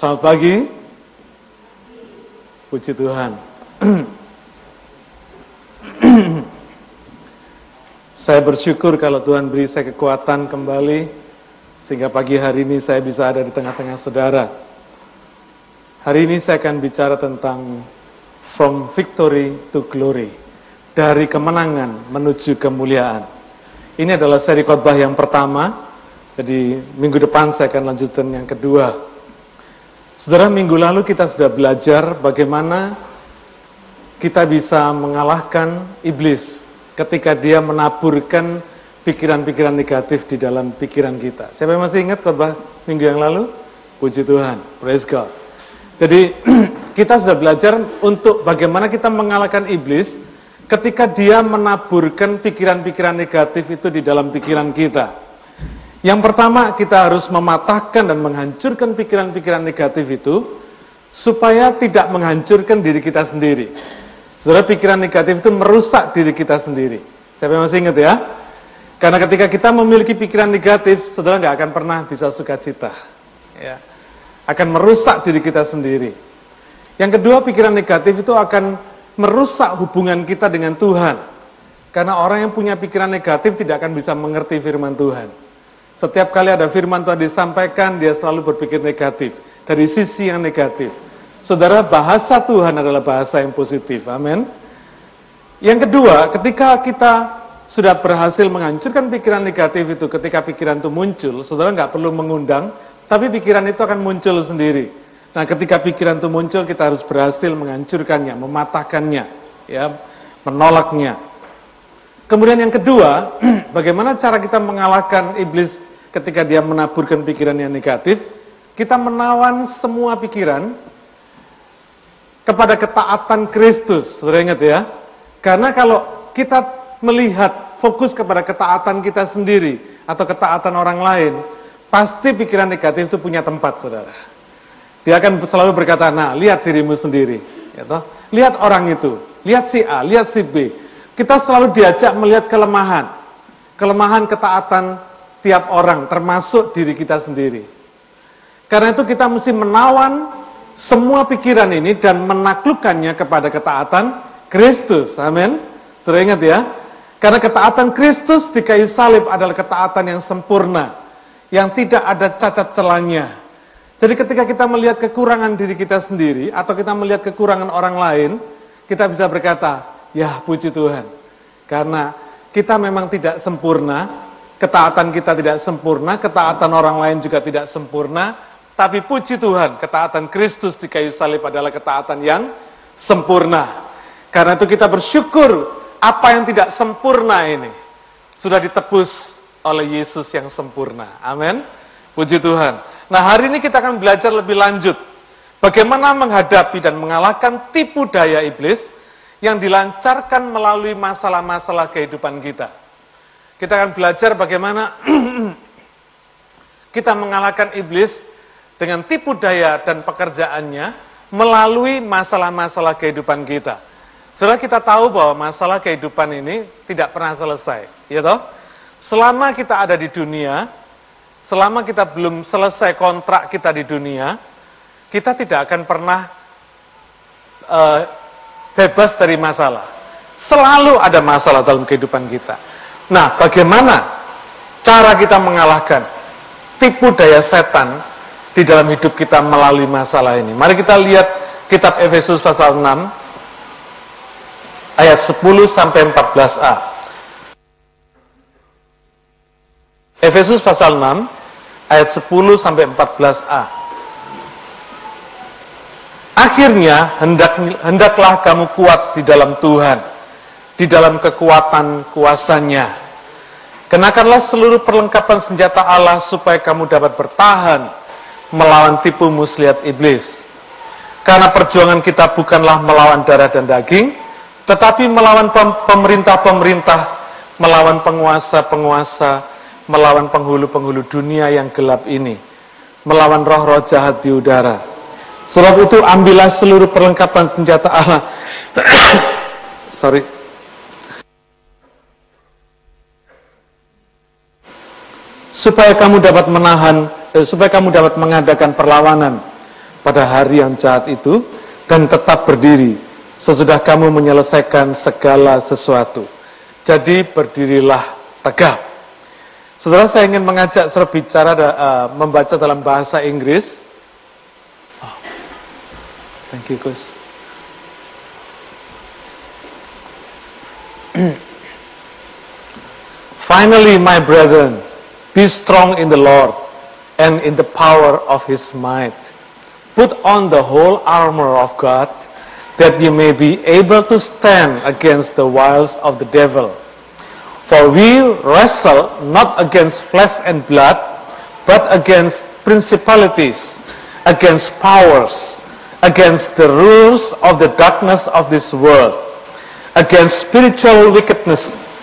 Selamat pagi. Puji Tuhan. Saya bersyukur kalau Tuhan beri saya kekuatan kembali, sehingga pagi hari ini saya bisa ada di tengah-tengah saudara. Hari ini saya akan bicara tentang From Victory to Glory, dari kemenangan menuju kemuliaan. Ini adalah seri khotbah yang pertama, jadi minggu depan saya akan lanjutkan yang kedua. Saudara, minggu lalu kita sudah belajar bagaimana kita bisa mengalahkan iblis ketika dia menaburkan pikiran-pikiran negatif di dalam pikiran kita. Siapa yang masih ingat khotbah minggu yang lalu? Puji Tuhan, praise God. Jadi kita sudah belajar untuk bagaimana kita mengalahkan iblis ketika dia menaburkan pikiran-pikiran negatif itu di dalam pikiran kita. Yang pertama, kita harus mematahkan dan menghancurkan pikiran-pikiran negatif itu supaya tidak menghancurkan diri kita sendiri. Saudara, pikiran negatif itu merusak diri kita sendiri. Siapa yang masih ingat ya? Karena ketika kita memiliki pikiran negatif, saudara nggak akan pernah bisa sukacita. Ya. Akan merusak diri kita sendiri. Yang kedua, pikiran negatif itu akan merusak hubungan kita dengan Tuhan. Karena orang yang punya pikiran negatif tidak akan bisa mengerti firman Tuhan. Setiap kali ada firman Tuhan disampaikan, dia selalu berpikir negatif, dari sisi yang negatif. Saudara, bahasa Tuhan adalah bahasa yang positif, amin. Yang kedua, ketika kita sudah berhasil menghancurkan pikiran negatif itu, ketika pikiran itu muncul, saudara nggak perlu mengundang, tapi pikiran itu akan muncul sendiri. Nah, ketika pikiran itu muncul, kita harus berhasil menghancurkannya, mematahkannya, ya, menolaknya. Kemudian yang kedua, bagaimana cara kita mengalahkan iblis ketika dia menaburkan pikiran yang negatif? Kita menawan semua pikiran kepada ketaatan Kristus. Saudara ingat ya? Karena kalau kita melihat fokus kepada ketaatan kita sendiri atau ketaatan orang lain, pasti pikiran negatif itu punya tempat, saudara. Dia akan selalu berkata, nah, lihat dirimu sendiri. Ya toh? Lihat orang itu, lihat si A, lihat si B. Kita selalu diajak melihat kelemahan ketaatan tiap orang, termasuk diri kita sendiri. Karena itu kita mesti menawan semua pikiran ini dan menaklukkannya kepada ketaatan Kristus. Amin. Sudah ingat ya? Karena ketaatan Kristus di kayu salib adalah ketaatan yang sempurna, yang tidak ada cacat celahnya. Jadi ketika kita melihat kekurangan diri kita sendiri, atau kita melihat kekurangan orang lain, kita bisa berkata, ya puji Tuhan. Karena kita memang tidak sempurna, ketaatan kita tidak sempurna, ketaatan orang lain juga tidak sempurna, tapi puji Tuhan, ketaatan Kristus di kayu salib adalah ketaatan yang sempurna. Karena itu kita bersyukur apa yang tidak sempurna ini sudah ditebus oleh Yesus yang sempurna. Amin. Puji Tuhan. Nah, hari ini kita akan belajar lebih lanjut bagaimana menghadapi dan mengalahkan tipu daya iblis yang dilancarkan melalui masalah-masalah kehidupan kita. Kita akan belajar bagaimana kita mengalahkan iblis dengan tipu daya dan pekerjaannya melalui masalah-masalah kehidupan kita. Saudara, kita tahu bahwa masalah kehidupan ini tidak pernah selesai, ya toh? Selama kita ada di dunia, selama kita belum selesai kontrak kita di dunia, kita tidak akan pernah bebas dari masalah. Selalu ada masalah dalam kehidupan kita. Nah, bagaimana cara kita mengalahkan tipu daya setan di dalam hidup kita melalui masalah ini? Mari kita lihat kitab Efesus pasal 6 ayat 10 sampai 14a. Efesus pasal 6 ayat 10 sampai 14a. Akhirnya hendaklah kamu kuat di dalam Tuhan, di dalam kekuatan kuasanya. Kenakanlah seluruh perlengkapan senjata Allah supaya kamu dapat bertahan melawan tipu muslihat iblis. Karena perjuangan kita bukanlah melawan darah dan daging, tetapi melawan pemerintah-pemerintah, melawan penguasa-penguasa, melawan penghulu-penghulu dunia yang gelap ini, melawan roh-roh jahat di udara. Sebab itu ambillah seluruh perlengkapan senjata Allah. supaya kamu dapat mengadakan perlawanan pada hari yang jahat itu, dan tetap berdiri sesudah kamu menyelesaikan segala sesuatu. Jadi berdirilah tegap. Saudara, saya ingin mengajak saudara bicara membaca dalam bahasa Inggris. Thank you, Gus. Finally, my brethren, be strong in the Lord and in the power of His might. Put on the whole armor of God, that you may be able to stand against the wiles of the devil. For we wrestle not against flesh and blood, but against principalities, against powers, against the rulers of the darkness of this world, against spiritual wickedness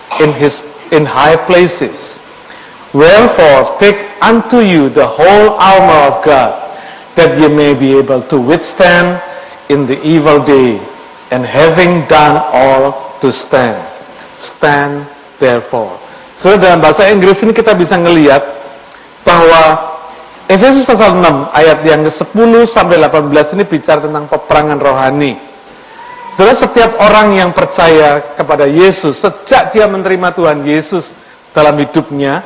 in high places. Wherefore take unto you the whole armor of God, that ye may be able to withstand in the evil day, and having done all to stand. Stand therefore. So dalam bahasa Inggris ini kita bisa ngelihat bahwa Efesus pasal 6 ayat yang ke-10 sampai 18 ini bicara tentang peperangan rohani. Saudara, setiap orang yang percaya kepada Yesus, sejak dia menerima Tuhan Yesus dalam hidupnya,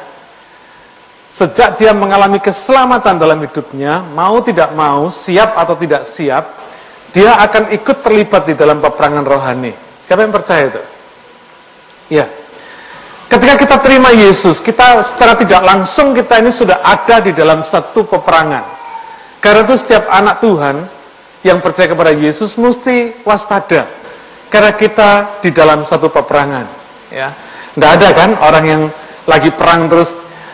sejak dia mengalami keselamatan dalam hidupnya, mau tidak mau, siap atau tidak siap, dia akan ikut terlibat di dalam peperangan rohani. Siapa yang percaya itu? Ya. Ketika kita terima Yesus, kita secara tidak langsung kita ini sudah ada di dalam satu peperangan. Karena itu setiap anak Tuhan yang percaya kepada Yesus mesti waspada, karena kita di dalam satu peperangan. Ya, nggak ada kan orang yang lagi perang terus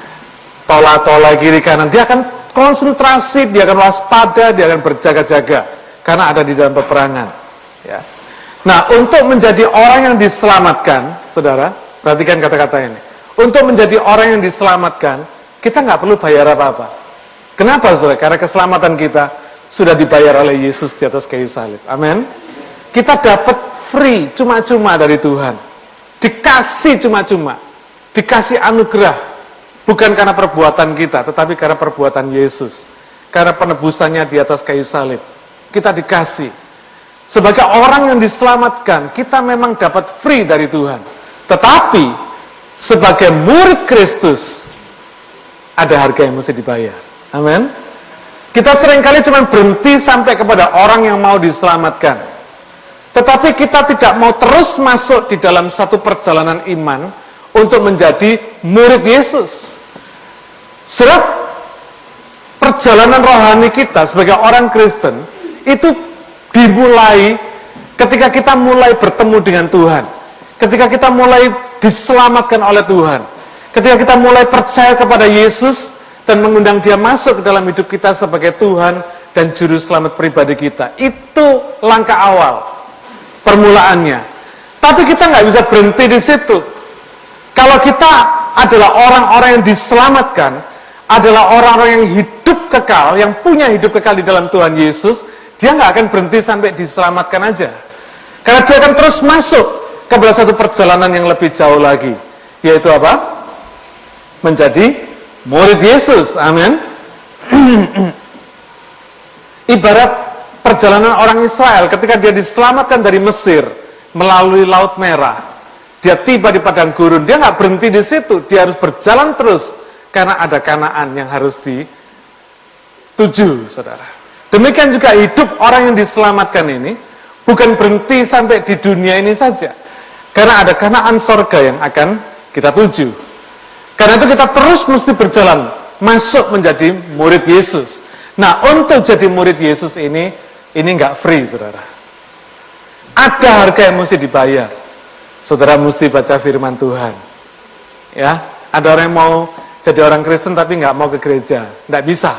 tola-tola kiri kanan. Dia akan konsentrasi, dia akan waspada, dia akan berjaga-jaga karena ada di dalam peperangan. Ya. Nah, untuk menjadi orang yang diselamatkan, saudara, perhatikan kata-kata ini. Untuk menjadi orang yang diselamatkan, kita nggak perlu bayar apa-apa. Kenapa, saudara? Karena keselamatan kita sudah dibayar oleh Yesus di atas kayu salib. Amin. Kita dapat free, cuma-cuma dari Tuhan. Dikasih cuma-cuma. Dikasih anugerah. Bukan karena perbuatan kita, tetapi karena perbuatan Yesus. Karena penebusannya di atas kayu salib. Kita dikasih. Sebagai orang yang diselamatkan, kita memang dapat free dari Tuhan. Tetapi, sebagai murid Kristus, ada harga yang mesti dibayar. Amin. Kita seringkali cuma berhenti sampai kepada orang yang mau diselamatkan. Tetapi kita tidak mau terus masuk di dalam satu perjalanan iman untuk menjadi murid Yesus. Sebab perjalanan rohani kita sebagai orang Kristen itu dimulai ketika kita mulai bertemu dengan Tuhan. Ketika kita mulai diselamatkan oleh Tuhan. Ketika kita mulai percaya kepada Yesus dan mengundang dia masuk ke dalam hidup kita sebagai Tuhan dan Juru Selamat pribadi kita. Itu langkah awal, permulaannya. Tapi kita nggak bisa berhenti di situ. Kalau kita adalah orang-orang yang diselamatkan, adalah orang-orang yang hidup kekal, yang punya hidup kekal di dalam Tuhan Yesus, dia nggak akan berhenti sampai diselamatkan aja. Karena dia akan terus masuk kepada satu perjalanan yang lebih jauh lagi. Yaitu apa? Menjadi murid Yesus, amin. Ibarat perjalanan orang Israel ketika dia diselamatkan dari Mesir melalui Laut Merah, dia tiba di padang gurun. Dia nggak berhenti di situ, dia harus berjalan terus karena ada Kanaan yang harus dituju, saudara. Demikian juga hidup orang yang diselamatkan ini bukan berhenti sampai di dunia ini saja, karena ada Kanaan sorga yang akan kita tuju. Karena itu kita terus mesti berjalan masuk menjadi murid Yesus. Nah, untuk jadi murid Yesus ini nggak free, saudara. Ada harga yang mesti dibayar. Saudara mesti baca firman Tuhan. Ya, ada orang yang mau jadi orang Kristen tapi nggak mau ke gereja, nggak bisa.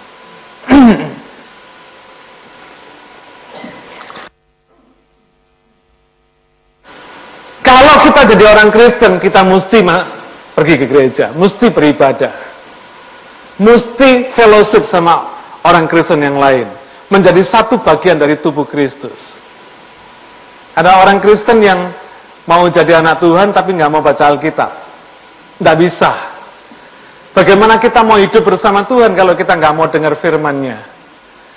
Kalau kita jadi orang Kristen, kita mesti pergi ke gereja, mesti beribadah, mesti fellowship sama orang Kristen yang lain, menjadi satu bagian dari tubuh Kristus. Ada orang Kristen yang mau jadi anak Tuhan tapi nggak mau baca Alkitab, nggak bisa. Bagaimana kita mau hidup bersama Tuhan kalau kita nggak mau dengar firman-Nya?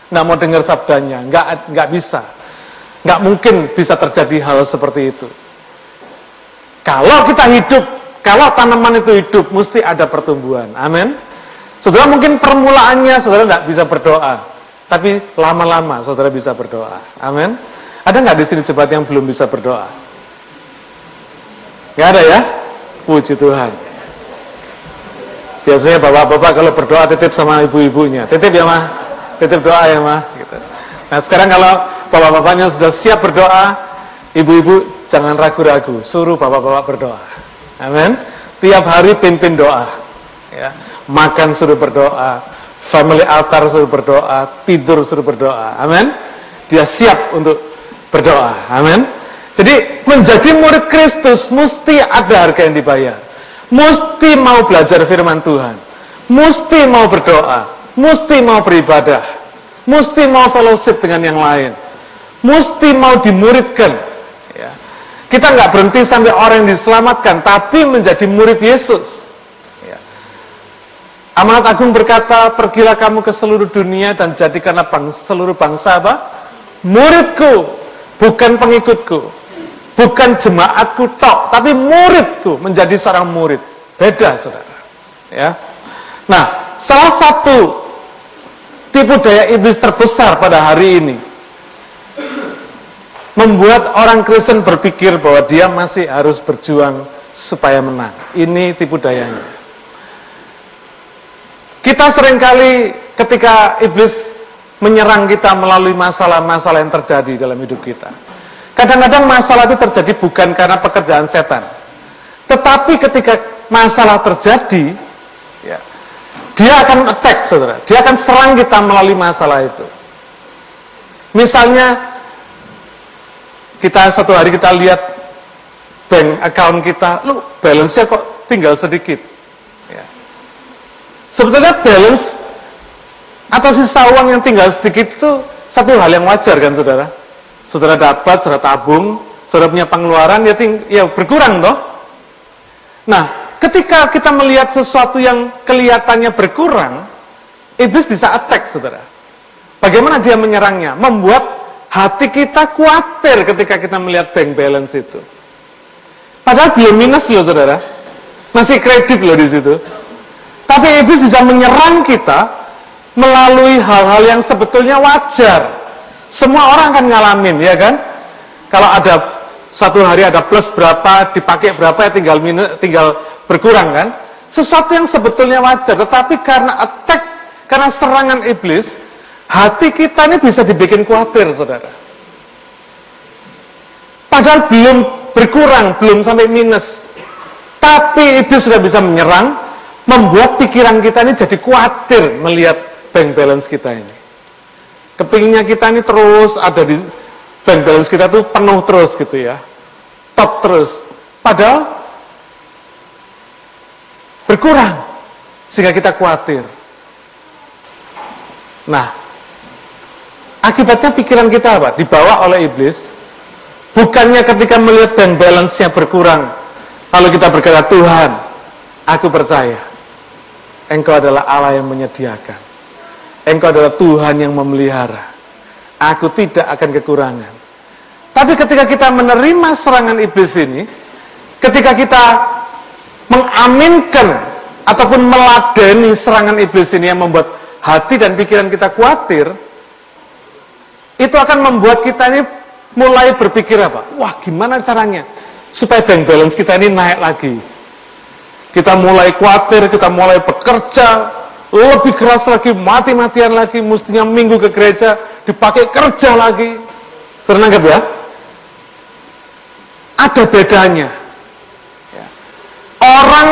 nggak mau dengar sabdanya, nggak bisa. Nggak mungkin bisa terjadi hal seperti itu. Kalau kita hidup, kalau tanaman itu hidup, mesti ada pertumbuhan. Amin. Saudara mungkin permulaannya saudara nggak bisa berdoa, tapi lama-lama saudara bisa berdoa. Amin. Ada nggak di sini jemaat yang belum bisa berdoa? Nggak ada ya? Puji Tuhan. Biasanya bapak-bapak kalau berdoa titip sama ibu-ibunya, titip ya mah, titip doa ya mah. Gitu. Nah sekarang kalau bapak-bapaknya sudah siap berdoa, ibu-ibu jangan ragu-ragu, suruh bapak-bapak berdoa. Amin. Tiap hari pimpin doa. Ya. Makan suruh berdoa, family altar suruh berdoa, tidur suruh berdoa. Amin. Dia siap untuk berdoa. Amin. Jadi menjadi murid Kristus mesti ada harga yang dibayar. Mesti mau belajar firman Tuhan. Mesti mau berdoa. Mesti mau beribadah. Mesti mau fellowship dengan yang lain. Mesti mau dimuridkan. Ya. Kita nggak berhenti sampai orang yang diselamatkan, tapi menjadi murid Yesus. Ya. Amanat Agung berkata, pergilah kamu ke seluruh dunia dan jadikanlah seluruh bangsa apa? Muridku, bukan pengikutku, bukan jemaatku tok, tapi muridku, menjadi seorang murid. Beda, saudara. Ya. Nah, salah satu tipu daya iblis terbesar pada hari ini membuat orang Kristen berpikir bahwa dia masih harus berjuang supaya menang. Ini tipu dayanya. Kita seringkali ketika iblis menyerang kita melalui masalah-masalah yang terjadi dalam hidup kita. Kadang-kadang masalah itu terjadi bukan karena pekerjaan setan. Tetapi ketika masalah terjadi, ya, dia akan attack, saudara. Dia akan serang kita melalui masalah itu. Misalnya, kita satu hari kita lihat bank account kita, lu balance-nya kok tinggal sedikit. Ya. Sebetulnya balance atau sisa uang yang tinggal sedikit itu satu hal yang wajar kan, saudara? Saudara dapat, saudara tabung, saudara punya pengeluaran, ya berkurang toh. Nah, ketika kita melihat sesuatu yang kelihatannya berkurang, iblis bisa attack, saudara. Bagaimana dia menyerangnya? Membuat hati kita khawatir ketika kita melihat bank balance itu. Padahal belum minus loh, saudara. Masih kredit loh di situ. Tapi iblis bisa menyerang kita melalui hal-hal yang sebetulnya wajar. Semua orang kan ngalamin, ya kan? Kalau ada satu hari ada plus berapa, dipakai berapa, ya tinggal berkurang kan? Sesuatu yang sebetulnya wajar. Tetapi karena attack, karena serangan iblis, hati kita ini bisa dibikin khawatir, saudara. Padahal belum berkurang, belum sampai minus. Tapi iblis sudah bisa menyerang, membuat pikiran kita ini jadi khawatir melihat bank balance kita ini. Kepinginnya kita ini terus ada di bank balance kita tuh penuh terus gitu ya. Top terus. Padahal berkurang. Sehingga kita khawatir. Nah, akibatnya pikiran kita apa? Dibawa oleh iblis. Bukannya ketika melihat bank balance-nya berkurang, lalu kita berkata, Tuhan, aku percaya, Engkau adalah Allah yang menyediakan. Engkau adalah Tuhan yang memelihara. Aku tidak akan kekurangan. Tapi ketika kita menerima serangan iblis ini, ketika kita mengaminkan ataupun meladeni serangan iblis ini yang membuat hati dan pikiran kita khawatir, itu akan membuat kita ini mulai berpikir apa? Wah, gimana caranya supaya bank balance kita ini naik lagi? Kita mulai khawatir, kita mulai bekerja lebih keras lagi, mati-matian lagi, mestinya minggu ke gereja, dipakai kerja lagi. Ternanggap ya? Ada bedanya. Orang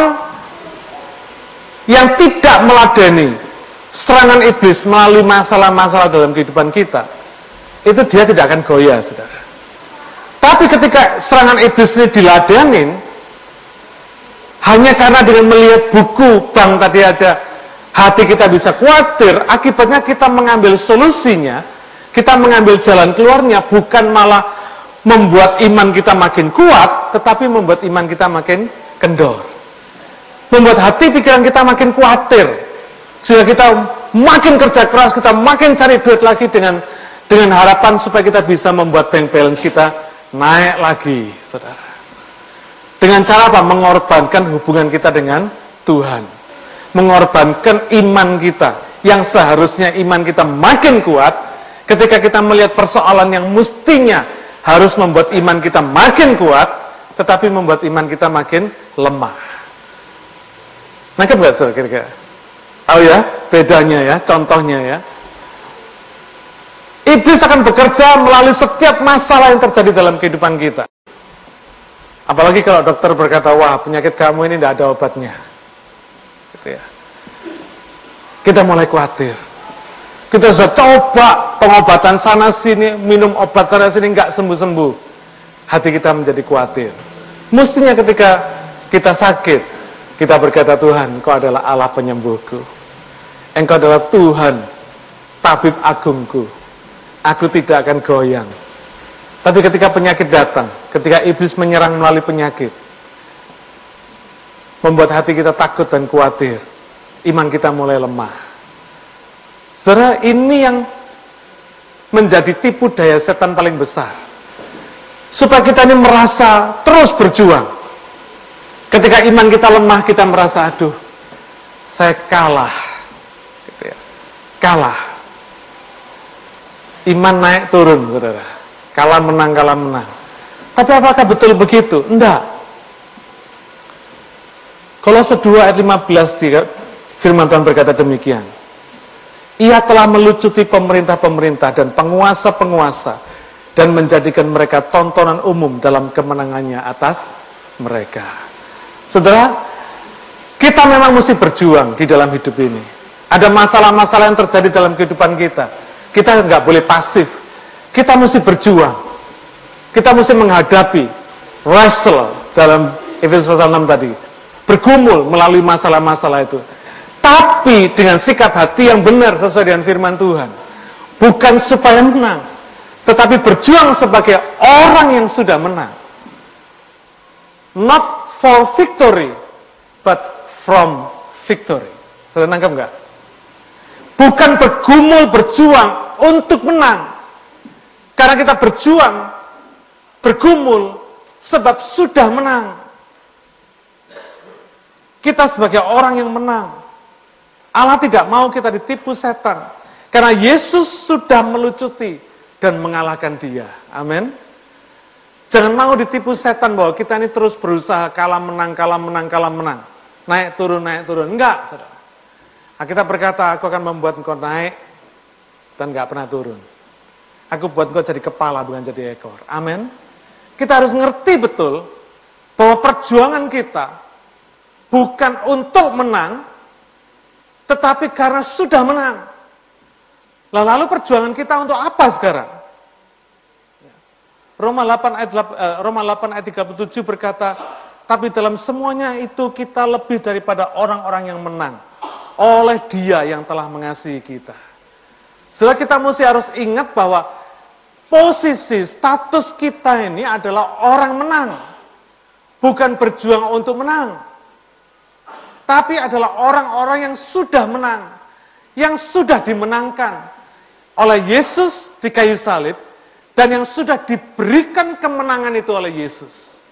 yang tidak meladeni serangan iblis melalui masalah-masalah dalam kehidupan kita, itu dia tidak akan goyah, saudara. Tapi ketika serangan iblis ini diladenin, hanya karena dengan melihat buku bank tadi aja, hati kita bisa khawatir, akibatnya kita mengambil solusinya, kita mengambil jalan keluarnya, bukan malah membuat iman kita makin kuat, tetapi membuat iman kita makin kendor. Membuat hati pikiran kita makin khawatir, sehingga kita makin kerja keras, kita makin cari duit lagi dengan harapan supaya kita bisa membuat bank balance kita naik lagi, saudara. Dengan cara apa? Mengorbankan hubungan kita dengan Tuhan. Mengorbankan iman kita. Yang seharusnya iman kita makin kuat, ketika kita melihat persoalan yang mestinya harus membuat iman kita makin kuat, tetapi membuat iman kita makin lemah. Nangkep nggak, saudara, kira-kira? Tahu ya, bedanya ya, contohnya ya. Iblis akan bekerja melalui setiap masalah yang terjadi dalam kehidupan kita. Apalagi kalau dokter berkata, wah penyakit kamu ini tidak ada obatnya. Gitu ya. Kita mulai khawatir. Kita sudah coba pengobatan sana sini, minum obat sana sini, nggak sembuh-sembuh. Hati kita menjadi khawatir. Mestinya ketika kita sakit, kita berkata, Tuhan, Engkau adalah Allah penyembuhku. Engkau adalah Tuhan, tabib agungku. Aku tidak akan goyang. Tapi ketika penyakit datang, ketika iblis menyerang melalui penyakit, membuat hati kita takut dan khawatir, iman kita mulai lemah. Saudara, ini yang menjadi tipu daya setan paling besar. Supaya kita ini merasa terus berjuang. Ketika iman kita lemah, kita merasa, aduh, saya kalah. Gitu ya. Kalah. Iman naik turun, saudara. Kalah menang, kalah menang. Tapi apakah betul begitu? Enggak. Kolose 2 ayat 15, firman Tuhan berkata demikian. Ia telah melucuti pemerintah-pemerintah dan penguasa-penguasa dan menjadikan mereka tontonan umum dalam kemenangannya atas mereka. Saudara, kita memang mesti berjuang di dalam hidup ini. Ada masalah-masalah yang terjadi dalam kehidupan kita. Kita nggak boleh pasif. Kita mesti berjuang. Kita mesti menghadapi, wrestle dalam Efesus 6 tadi. Bergumul melalui masalah-masalah itu. Tapi dengan sikap hati yang benar sesuai dengan firman Tuhan. Bukan supaya menang. Tetapi berjuang sebagai orang yang sudah menang. Not for victory, but from victory. Sudah nangkap nggak? Bukan bergumul, berjuang untuk menang. Karena kita berjuang, bergumul, sebab sudah menang. Kita sebagai orang yang menang. Allah tidak mau kita ditipu setan. Karena Yesus sudah melucuti dan mengalahkan dia. Amin. Jangan mau ditipu setan bahwa kita ini terus berusaha kalah menang, kalah menang, kalah menang. Naik turun, naik turun. Enggak, saudara. Kita berkata, aku akan membuat engkau naik dan enggak pernah turun. Aku buat engkau jadi kepala, bukan jadi ekor. Amin. Kita harus ngerti betul bahwa perjuangan kita bukan untuk menang, tetapi karena sudah menang. Lalu perjuangan kita untuk apa sekarang? Roma 8 ayat 37 berkata, tapi dalam semuanya itu kita lebih daripada orang-orang yang menang oleh Dia yang telah mengasihi kita. Setelah kita mesti harus ingat bahwa posisi status kita ini adalah orang menang. Bukan berjuang untuk menang. Tapi adalah orang-orang yang sudah menang. Yang sudah dimenangkan oleh Yesus di kayu salib. Dan yang sudah diberikan kemenangan itu oleh Yesus.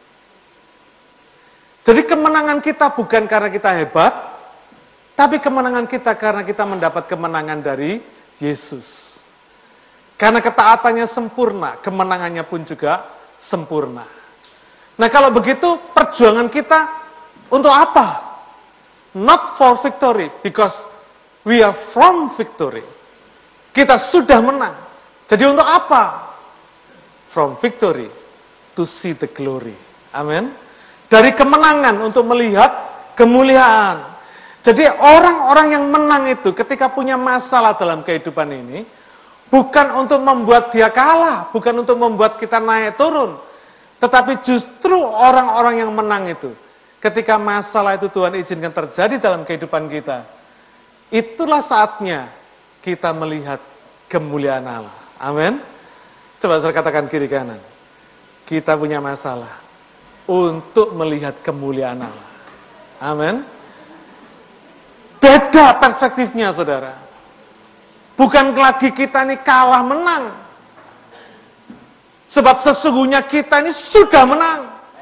Jadi kemenangan kita bukan karena kita hebat. Tapi kemenangan kita karena kita mendapat kemenangan dari Yesus. Karena ketaatannya sempurna, kemenangannya pun juga sempurna. Nah kalau begitu perjuangan kita untuk apa? Not for victory, because we are from victory. Kita sudah menang. Jadi untuk apa? From victory to see the glory. Amin. Dari kemenangan untuk melihat kemuliaan. Jadi orang-orang yang menang itu ketika punya masalah dalam kehidupan ini, bukan untuk membuat dia kalah, bukan untuk membuat kita naik turun. Tetapi justru orang-orang yang menang itu, ketika masalah itu Tuhan izinkan terjadi dalam kehidupan kita, itulah saatnya kita melihat kemuliaan Allah. Amin. Coba saya katakan kiri kanan. Kita punya masalah untuk melihat kemuliaan Allah. Amin. Beda perspektifnya, saudara. Bukan lagi kita ini kalah menang. Sebab sesungguhnya kita ini sudah menang.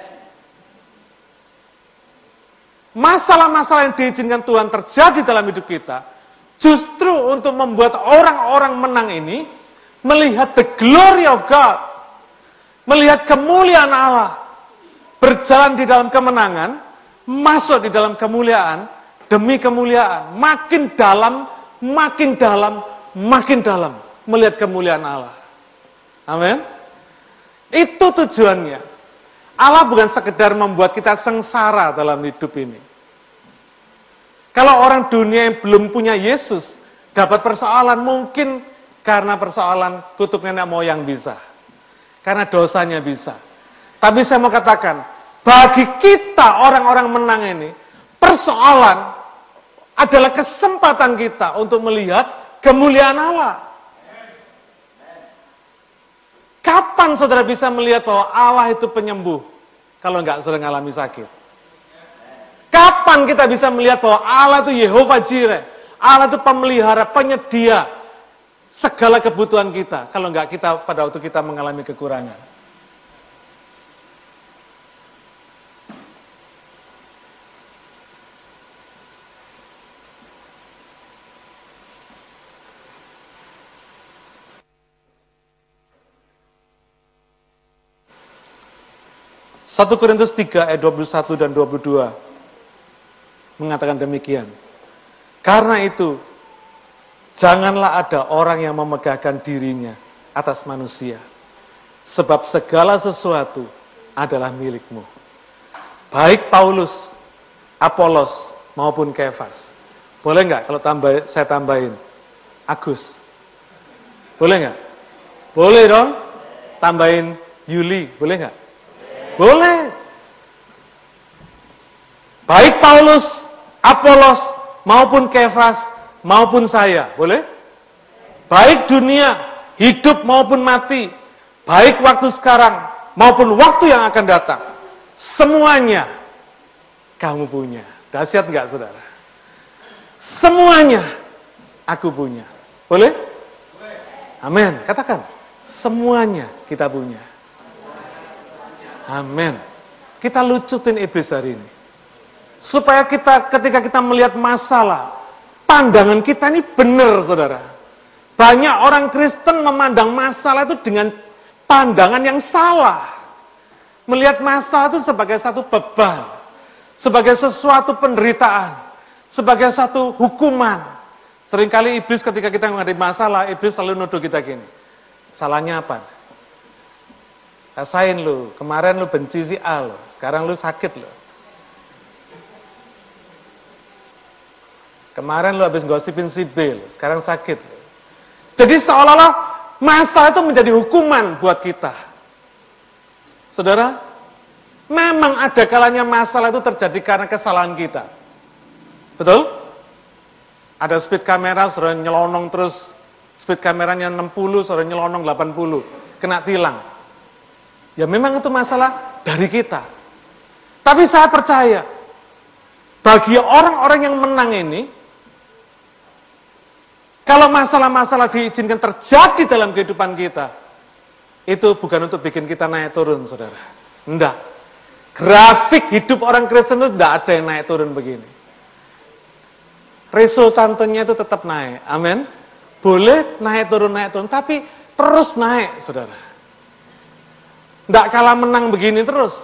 Masalah-masalah yang diizinkan Tuhan terjadi dalam hidup kita, justru untuk membuat orang-orang menang ini melihat the glory of God, melihat kemuliaan Allah, berjalan di dalam kemenangan, masuk di dalam kemuliaan, demi kemuliaan, makin dalam, makin dalam, makin dalam, melihat kemuliaan Allah. Amin. Itu tujuannya. Allah bukan sekedar membuat kita sengsara dalam hidup ini. Kalau orang dunia yang belum punya Yesus, dapat persoalan mungkin karena persoalan kutuk nenek moyang bisa. Karena dosanya bisa. Tapi saya mau katakan, bagi kita orang-orang menang ini, persoalan adalah kesempatan kita untuk melihat kemuliaan Allah. Kapan saudara bisa melihat bahwa Allah itu penyembuh kalau nggak sering mengalami sakit? Kapan kita bisa melihat bahwa Allah itu Yehova Jireh, Allah itu pemelihara, penyedia segala kebutuhan kita kalau nggak kita pada waktu kita mengalami kekurangan? 1 Korintus 3 ayat 21 dan 22 mengatakan demikian. Karena itu, janganlah ada orang yang memegahkan dirinya atas manusia, sebab segala sesuatu adalah milikmu. Baik Paulus, Apolos maupun Kefas. Boleh nggak kalau saya tambahin Agus? Boleh nggak? Boleh dong. Tambahin Yuli, boleh nggak? Boleh. Baik Paulus, Apolos, maupun Kefas, maupun saya. Boleh? Baik dunia, hidup maupun mati. Baik waktu sekarang, maupun waktu yang akan datang. Semuanya kamu punya. Dahsyat nggak saudara? Semuanya aku punya. Boleh? Amin. Katakan. Semuanya kita punya. Amin. Kita lucutin iblis hari ini. Supaya ketika kita melihat masalah, pandangan kita ini benar, saudara. Banyak orang Kristen memandang masalah itu dengan pandangan yang salah. Melihat masalah itu sebagai satu beban, sebagai sesuatu penderitaan, sebagai satu hukuman. Seringkali iblis ketika kita menghadapi masalah, iblis selalu nuduh kita gini. Salahnya apa? Rasain lu, kemarin lu benci si A lu, sekarang lu sakit lu. Kemarin lu habis gosipin si B lu, sekarang sakit lu. Jadi seolah-olah masalah itu menjadi hukuman buat kita. Saudara, memang ada kalanya masalah itu terjadi karena kesalahan kita. Betul? Ada speed kamera, saudara nyelonong terus, speed kameranya 60, saudara nyelonong 80, kena tilang. Ya memang itu masalah dari kita. Tapi saya percaya, bagi orang-orang yang menang ini, kalau masalah-masalah diizinkan terjadi dalam kehidupan kita, itu bukan untuk bikin kita naik turun, saudara. Enggak. Grafik hidup orang Kristen itu tidak ada yang naik turun begini. Resultantenya itu tetap naik. Amin. Boleh naik turun, tapi terus naik, saudara. Tidak kalah menang begini terus.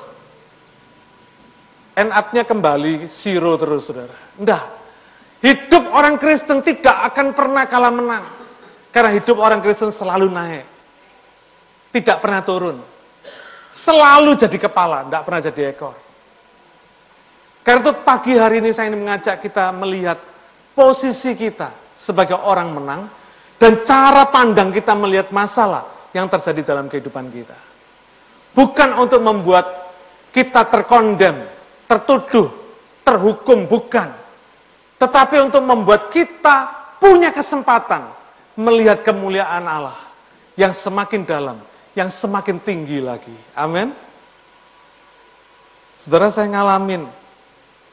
End up-nya kembali zero terus, saudara. Tidak. Hidup orang Kristen tidak akan pernah kalah menang. Karena hidup orang Kristen selalu naik. Tidak pernah turun. Selalu jadi kepala, tidak pernah jadi ekor. Karena itu pagi hari ini saya ingin mengajak kita melihat posisi kita sebagai orang menang dan cara pandang kita melihat masalah yang terjadi dalam kehidupan kita. Bukan untuk membuat kita terkondem, tertuduh, terhukum, bukan. Tetapi untuk membuat kita punya kesempatan melihat kemuliaan Allah yang semakin dalam, yang semakin tinggi lagi. Amin. Saudara, saya ngalamin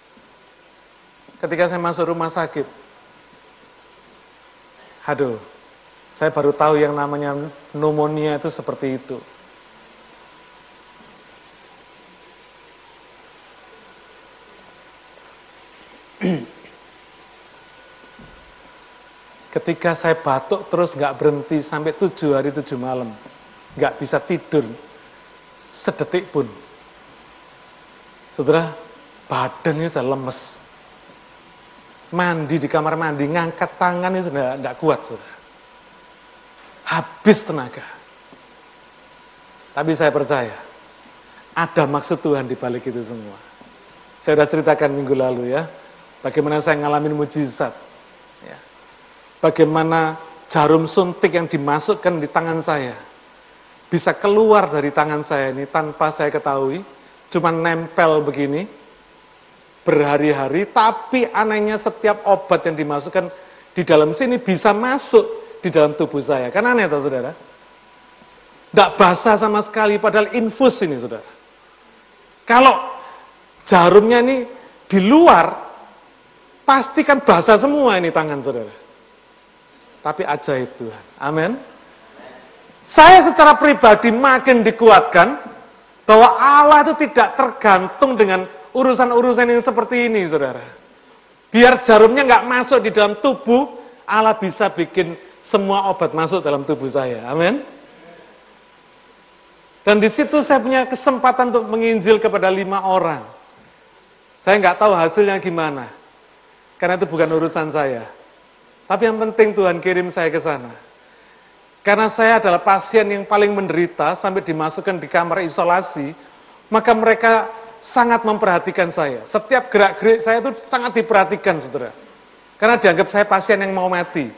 ketika saya masuk rumah sakit. Aduh, Saya baru tahu yang namanya pneumonia itu seperti itu. Ketika saya batuk terus nggak berhenti sampai 7 hari 7 malam, nggak bisa tidur sedetik pun. Saudara, badannya sudah lemes. Mandi di kamar mandi, ngangkat tangan itu sudah nggak kuat, saudara. Habis tenaga. Tapi saya percaya, ada maksud Tuhan di balik itu semua. Saya sudah ceritakan minggu lalu ya, bagaimana saya ngalamin mujizat. Ya. Bagaimana jarum suntik yang dimasukkan di tangan saya bisa keluar dari tangan saya ini tanpa saya ketahui, cuma nempel begini berhari-hari, tapi anehnya setiap obat yang dimasukkan di dalam sini bisa masuk di dalam tubuh saya. Kan aneh toh, saudara? Tidak basah sama sekali, padahal infus ini, saudara. Kalau jarumnya ini di luar, pasti kan basah semua ini tangan, saudara. Tapi ajaib Tuhan. Amin. Saya secara pribadi makin dikuatkan bahwa Allah itu tidak tergantung dengan urusan-urusan yang seperti ini, saudara. Biar jarumnya nggak masuk di dalam tubuh, Allah bisa bikin semua obat masuk dalam tubuh saya. Amin. Dan di situ saya punya kesempatan untuk menginjil kepada 5 orang. Saya nggak tahu hasilnya gimana, karena itu bukan urusan saya. Tapi yang penting Tuhan kirim saya ke sana. Karena saya adalah pasien yang paling menderita sampai dimasukkan di kamar isolasi, maka mereka sangat memperhatikan saya. Setiap gerak-gerik saya itu sangat diperhatikan, saudara. Karena dianggap saya pasien yang mau mati.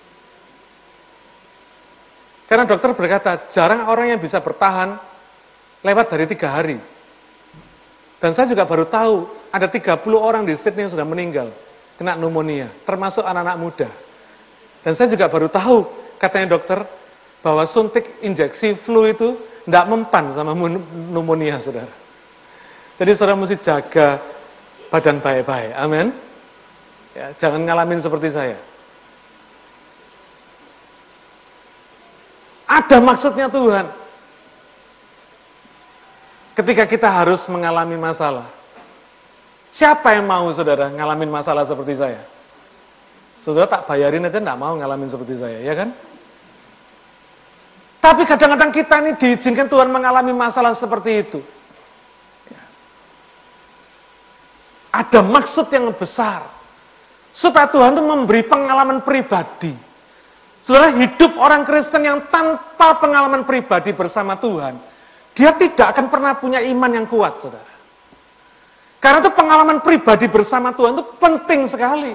Karena dokter berkata, jarang orang yang bisa bertahan lewat dari 3 hari. Dan saya juga baru tahu, ada 30 orang di Sydney yang sudah meninggal kena pneumonia, termasuk anak-anak muda. Dan saya juga baru tahu, katanya dokter, bahwa suntik injeksi flu itu tidak mempan sama pneumonia, saudara. Jadi saudara mesti jaga badan baik-baik, amin. Ya, jangan ngalamin seperti saya. Ada maksudnya Tuhan. Ketika kita harus mengalami masalah. Siapa yang mau, saudara, ngalamin masalah seperti saya? Saudara tak bayarin aja enggak mau ngalamin seperti saya, ya kan? Tapi kadang-kadang kita ini diizinkan Tuhan mengalami masalah seperti itu. Ada maksud yang besar. Supaya Tuhan itu memberi pengalaman pribadi. Saudara, hidup orang Kristen yang tanpa pengalaman pribadi bersama Tuhan, dia tidak akan pernah punya iman yang kuat, saudara. Karena itu pengalaman pribadi bersama Tuhan itu penting sekali.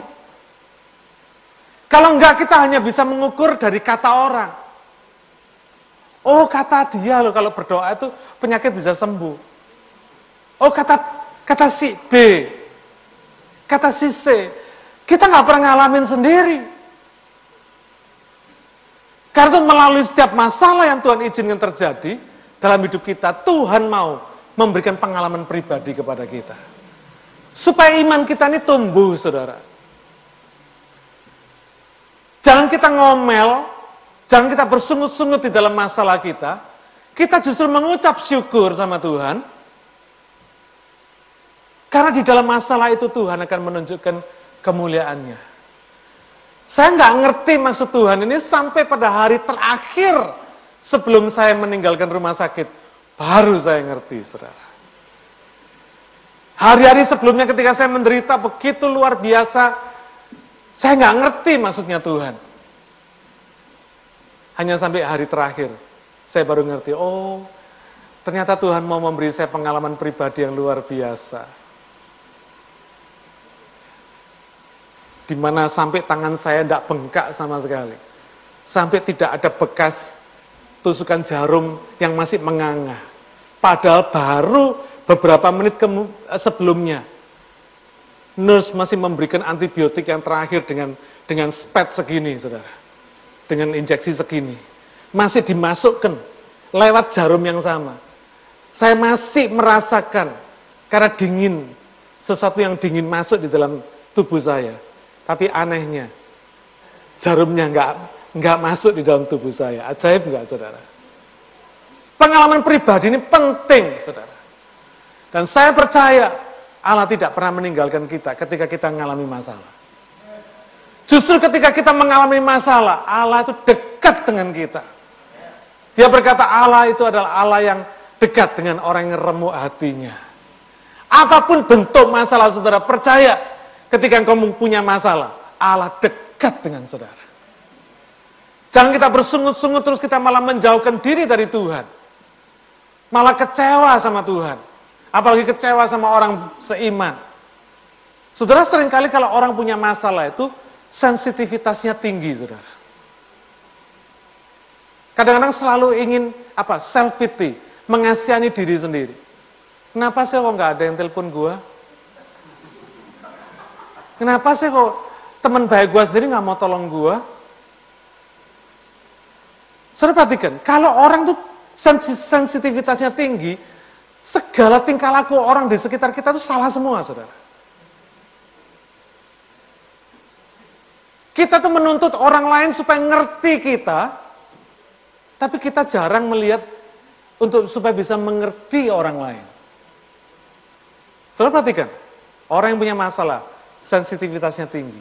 Kalau enggak, kita hanya bisa mengukur dari kata orang. Oh, kata dia loh, kalau berdoa itu penyakit bisa sembuh. Oh, kata si B, kata si C. Kita nggak pernah ngalamin sendiri. Karena itu melalui setiap masalah yang Tuhan izinkan terjadi dalam hidup kita, Tuhan mau memberikan pengalaman pribadi kepada kita. Supaya iman kita ini tumbuh, saudara. Jangan kita ngomel, jangan kita bersungut-sungut di dalam masalah kita. Kita justru mengucap syukur sama Tuhan. Karena di dalam masalah itu Tuhan akan menunjukkan kemuliaannya. Saya nggak ngerti maksud Tuhan ini sampai pada hari terakhir sebelum saya meninggalkan rumah sakit. Baru saya ngerti, saudara. Hari-hari sebelumnya ketika saya menderita begitu luar biasa, saya nggak ngerti maksudnya Tuhan. Hanya sampai hari terakhir, saya baru ngerti, oh ternyata Tuhan mau memberi saya pengalaman pribadi yang luar biasa. Di mana sampai tangan saya tidak bengkak sama sekali. Sampai tidak ada bekas tusukan jarum yang masih menganga. Padahal baru beberapa menit sebelumnya, nurse masih memberikan antibiotik yang terakhir dengan spet segini, saudara. Dengan injeksi segini. Masih dimasukkan lewat jarum yang sama. Saya masih merasakan, karena dingin, sesuatu yang dingin masuk di dalam tubuh saya. Tapi anehnya, jarumnya nggak masuk di dalam tubuh saya. Ajaib nggak, saudara? Pengalaman pribadi ini penting, saudara. Dan saya percaya Allah tidak pernah meninggalkan kita ketika kita mengalami masalah. Justru ketika kita mengalami masalah, Allah itu dekat dengan kita. Dia berkata Allah itu adalah Allah yang dekat dengan orang yang remuk hatinya. Apapun bentuk masalah saudara, percaya ketika engkau punya masalah, Allah dekat dengan saudara. Jangan kita bersungut-sungut terus kita malah menjauhkan diri dari Tuhan. Malah kecewa sama Tuhan. Apalagi kecewa sama orang seiman. Saudara, seringkali kalau orang punya masalah itu sensitivitasnya tinggi, saudara. Kadang-kadang selalu ingin self pity, mengasihani diri sendiri. Kenapa sih kok nggak ada yang telepon gua? Kenapa sih kok teman baik gua sendiri nggak mau tolong gua? Saudara perhatikan, kalau orang tuh sensitivitasnya tinggi, segala tingkah laku orang di sekitar kita itu salah semua, saudara. Kita tuh menuntut orang lain supaya ngerti kita, tapi kita jarang melihat supaya bisa mengerti orang lain. Saudara perhatikan, orang yang punya masalah, sensitivitasnya tinggi.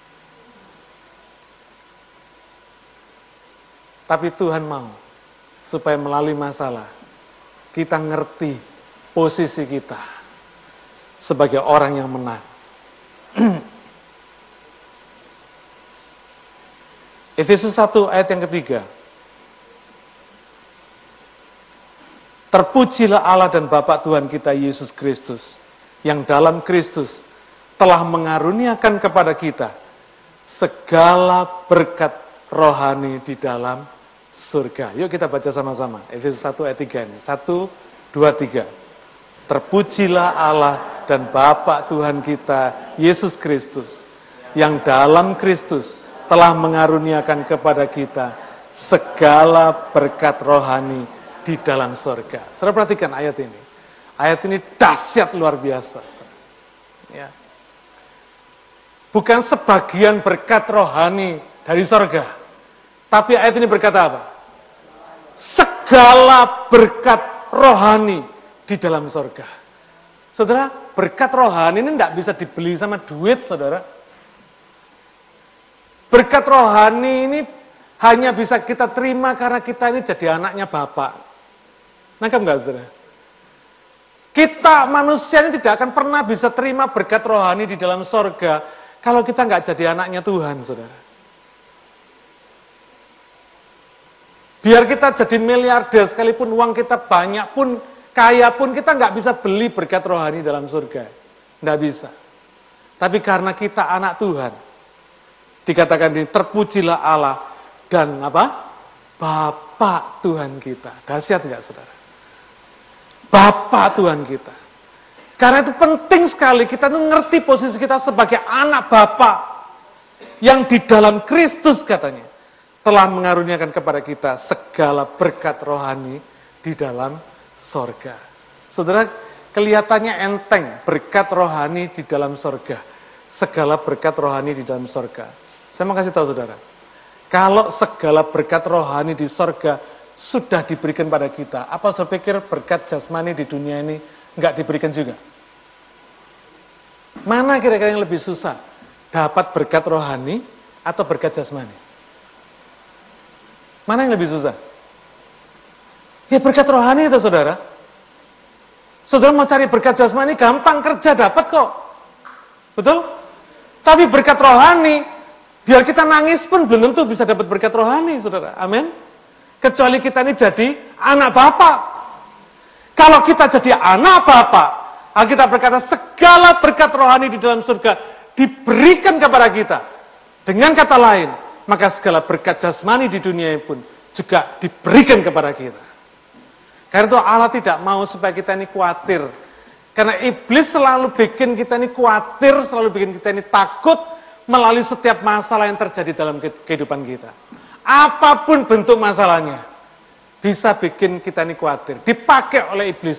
Tapi Tuhan mau supaya melalui masalah, kita ngerti posisi kita sebagai orang yang menang. Efesus 1 ayat yang ketiga. Terpujilah Allah dan Bapa Tuhan kita Yesus Kristus, yang dalam Kristus telah mengaruniakan kepada kita segala berkat rohani di dalam surga. Yuk kita baca sama-sama. Efesus 1 ayat 3 ini. 1, 2, 3. Terpujilah Allah dan Bapa Tuhan kita Yesus Kristus, yang dalam Kristus telah mengaruniakan kepada kita segala berkat rohani di dalam surga. Saudara perhatikan ayat ini. Ayat ini dahsyat luar biasa. Ya. Bukan sebagian berkat rohani dari surga. Tapi ayat ini berkata apa? Segala berkat rohani di dalam surga. Saudara, berkat rohani ini tidak bisa dibeli sama duit, saudara. Berkat rohani ini hanya bisa kita terima karena kita ini jadi anaknya Bapak. Nangkap nggak, saudara? Kita manusia ini tidak akan pernah bisa terima berkat rohani di dalam sorga kalau kita nggak jadi anaknya Tuhan, saudara. Biar kita jadi miliarder sekalipun uang kita banyak pun, kaya pun, kita nggak bisa beli berkat rohani dalam surga. Nggak bisa. Tapi karena kita anak Tuhan, dikatakan ini, terpujilah Allah dan Bapa Tuhan kita. Dahsyat nggak, saudara? Bapa Tuhan kita. Karena itu penting sekali kita tuh ngerti posisi kita sebagai anak Bapa yang di dalam Kristus katanya telah mengaruniakan kepada kita segala berkat rohani di dalam sorga. Saudara, kelihatannya enteng berkat rohani di dalam sorga. Segala berkat rohani di dalam sorga. Saya mau kasih tahu saudara, kalau segala berkat rohani di sorga sudah diberikan pada kita, apa saya pikir berkat jasmani di dunia ini nggak diberikan juga? Mana kira-kira yang lebih susah? Dapat berkat rohani atau berkat jasmani? Mana yang lebih susah? Ya berkat rohani itu, saudara. Saudara mau cari berkat jasmani gampang, kerja dapat kok. Betul? Tapi berkat rohani, biar kita nangis pun belum tentu bisa dapat berkat rohani, saudara. Amin. Kecuali kita ini jadi anak Bapa. Kalau kita jadi anak Bapa, Alkitab berkata segala berkat rohani di dalam surga diberikan kepada kita. Dengan kata lain, maka segala berkat jasmani di dunia pun juga diberikan kepada kita. Karena itu Allah tidak mau supaya kita ini khawatir. Karena iblis selalu bikin kita ini khawatir, selalu bikin kita ini takut melalui setiap masalah yang terjadi dalam kehidupan kita. Apapun bentuk masalahnya, bisa bikin kita ini khawatir. Dipakai oleh iblis.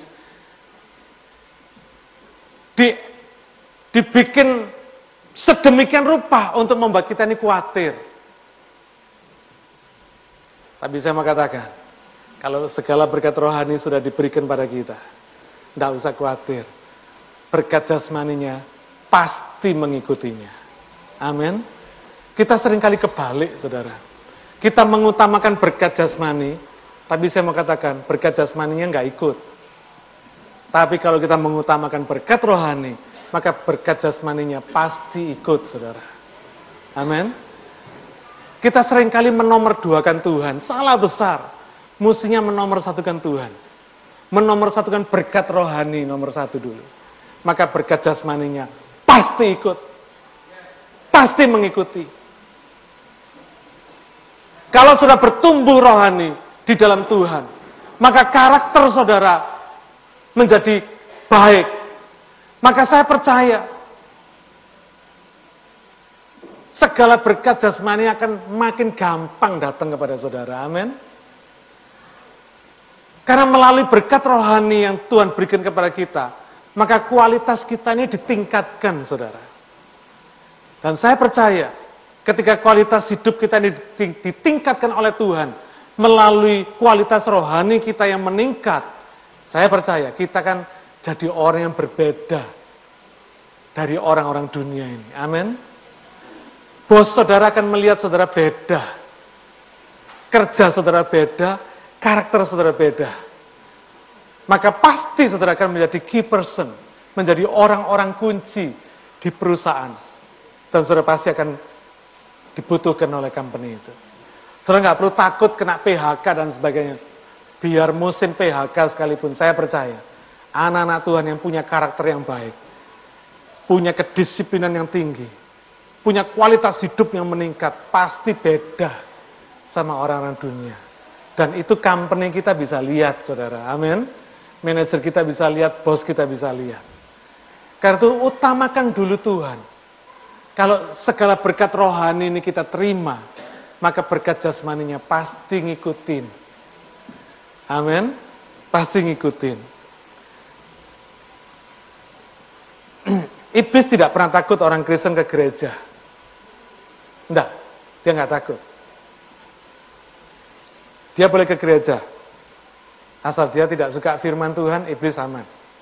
Dibikin sedemikian rupa untuk membuat kita ini khawatir. Tapi saya mau katakan, kalau segala berkat rohani sudah diberikan pada kita, tidak usah khawatir. Berkat jasmaninya pasti mengikutinya. Amin. Kita seringkali kebalik, saudara. Kita mengutamakan berkat jasmani, tapi saya mau katakan, berkat jasmaninya nggak ikut. Tapi kalau kita mengutamakan berkat rohani, maka berkat jasmaninya pasti ikut, saudara. Amin. Kita seringkali menomorduakan Tuhan, salah besar. Mestinya menomorsatukan Tuhan. Menomorsatukan berkat rohani nomor satu dulu. Maka berkat jasmaninya pasti ikut. Pasti mengikuti. Kalau sudah bertumbuh rohani di dalam Tuhan, maka karakter saudara menjadi baik. Maka saya percaya segala berkat jasmani akan makin gampang datang kepada saudara. Amin. Karena melalui berkat rohani yang Tuhan berikan kepada kita, maka kualitas kita ini ditingkatkan, saudara. Dan saya percaya, ketika kualitas hidup kita ini ditingkatkan oleh Tuhan, melalui kualitas rohani kita yang meningkat, saya percaya kita akan jadi orang yang berbeda dari orang-orang dunia ini. Amin. Bos saudara akan melihat saudara beda. Kerja saudara beda, karakter saudara beda. Maka pasti saudara akan menjadi key person, menjadi orang-orang kunci di perusahaan. Dan saudara pasti akan dibutuhkan oleh company itu. Saudara nggak perlu takut kena PHK dan sebagainya. Biar musim PHK sekalipun, saya percaya anak-anak Tuhan yang punya karakter yang baik, punya kedisiplinan yang tinggi, punya kualitas hidup yang meningkat, pasti beda sama orang-orang dunia. Dan itu company kita bisa lihat, saudara. Amin. Manajer kita bisa lihat, bos kita bisa lihat. Karena itu utamakan dulu Tuhan. Kalau segala berkat rohani ini kita terima, maka berkat jasmaninya pasti ngikutin. Amin. Pasti ngikutin. Iblis tidak pernah takut orang Kristen ke gereja. Enggak, dia nggak takut. Dia boleh ke gereja. Asal dia tidak suka firman Tuhan, iblis aman.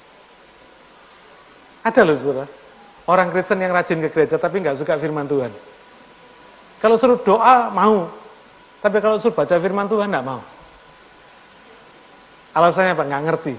Ada loh saudara, orang Kristen yang rajin ke gereja tapi nggak suka firman Tuhan. Kalau suruh doa, mau. Tapi kalau suruh baca firman Tuhan, nggak mau. Alasannya apa? Nggak ngerti.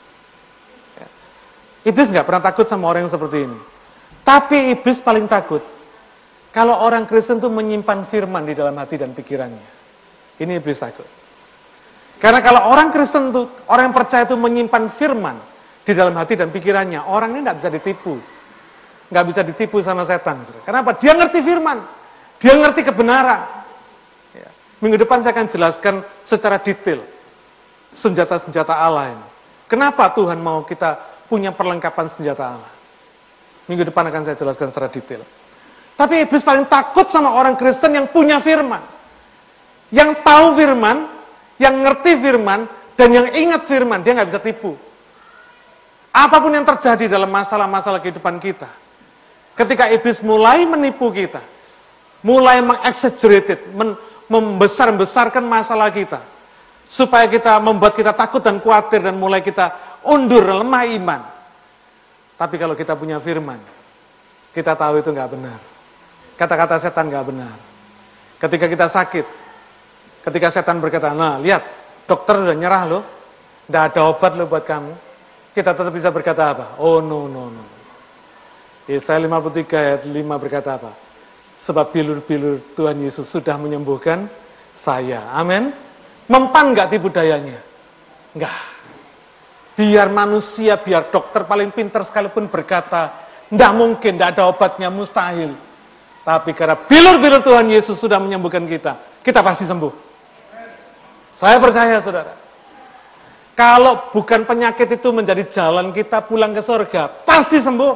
Iblis nggak pernah takut sama orang yang seperti ini. Tapi iblis paling takut kalau orang Kristen itu menyimpan firman di dalam hati dan pikirannya. Ini iblis takut. Karena kalau orang Kristen itu, orang yang percaya itu menyimpan firman di dalam hati dan pikirannya, orang ini nggak bisa ditipu. Nggak bisa ditipu sama setan. Kenapa? Dia ngerti firman. Dia ngerti kebenaran. Ya. Minggu depan saya akan jelaskan secara detail senjata-senjata Allah ini. Kenapa Tuhan mau kita punya perlengkapan senjata Allah? Minggu depan akan saya jelaskan secara detail. Tapi iblis paling takut sama orang Kristen yang punya firman. Yang tahu firman, yang ngerti firman, dan yang ingat firman, dia nggak bisa tipu. Apapun yang terjadi dalam masalah-masalah kehidupan kita, ketika iblis mulai menipu kita, mulai mengexaggerated, membesar-besarkan masalah kita, supaya kita membuat kita takut dan khawatir dan mulai kita undur, lemah iman. Tapi kalau kita punya firman, kita tahu itu nggak benar. Kata-kata setan nggak benar. Ketika kita sakit, ketika setan berkata, nah lihat, dokter udah nyerah loh, nggak ada obat loh buat kamu. Kita tetap bisa berkata apa? Oh no. Yesaya 53 ayat 5 berkata apa? Sebab bilur-bilur Tuhan Yesus sudah menyembuhkan saya. Amin. Mempan nggak tipu dayanya? Nggak. Biar manusia, biar dokter paling pintar sekalipun berkata, nggak mungkin, nggak ada obatnya, mustahil. Tapi karena bilur-bilur Tuhan Yesus sudah menyembuhkan kita pasti sembuh. Saya percaya, saudara. Kalau bukan penyakit itu menjadi jalan kita pulang ke surga, pasti sembuh.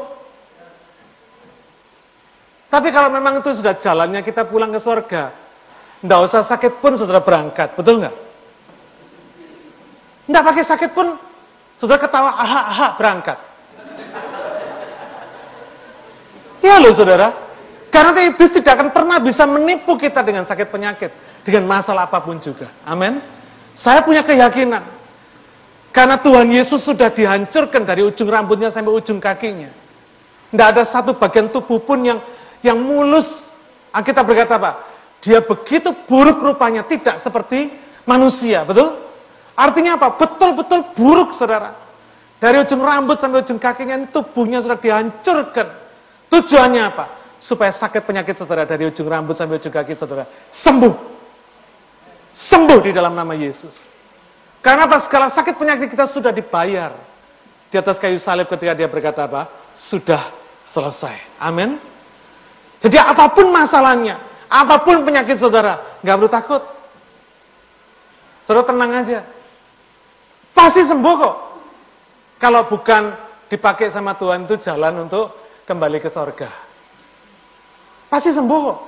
Tapi kalau memang itu sudah jalannya kita pulang ke surga, enggak usah sakit pun saudara berangkat, betul nggak? Enggak pakai sakit pun, saudara ketawa, aha, berangkat. Ya loh saudara, Karena iblis tidak akan pernah bisa menipu kita dengan sakit penyakit, dengan masalah apapun juga. Amin. Saya punya keyakinan, karena Tuhan Yesus sudah dihancurkan dari ujung rambutnya sampai ujung kakinya. Tidak ada satu bagian tubuh pun yang mulus. Kita berkata apa? Dia begitu buruk rupanya, tidak seperti manusia, betul? Artinya apa? Betul-betul buruk, saudara. Dari ujung rambut sampai ujung kakinya, tubuhnya sudah dihancurkan. Tujuannya apa? Supaya sakit penyakit saudara dari ujung rambut sampai ujung kaki saudara sembuh. Sembuh di dalam nama Yesus. Karena apa? Segala sakit penyakit kita sudah dibayar di atas kayu salib ketika dia berkata apa? Sudah selesai. Amin. Jadi apapun masalahnya, apapun penyakit saudara, nggak perlu takut. Saudara tenang aja. Pasti sembuh kok. Kalau bukan dipakai sama Tuhan itu jalan untuk kembali ke sorga. Pasti sembuh kok.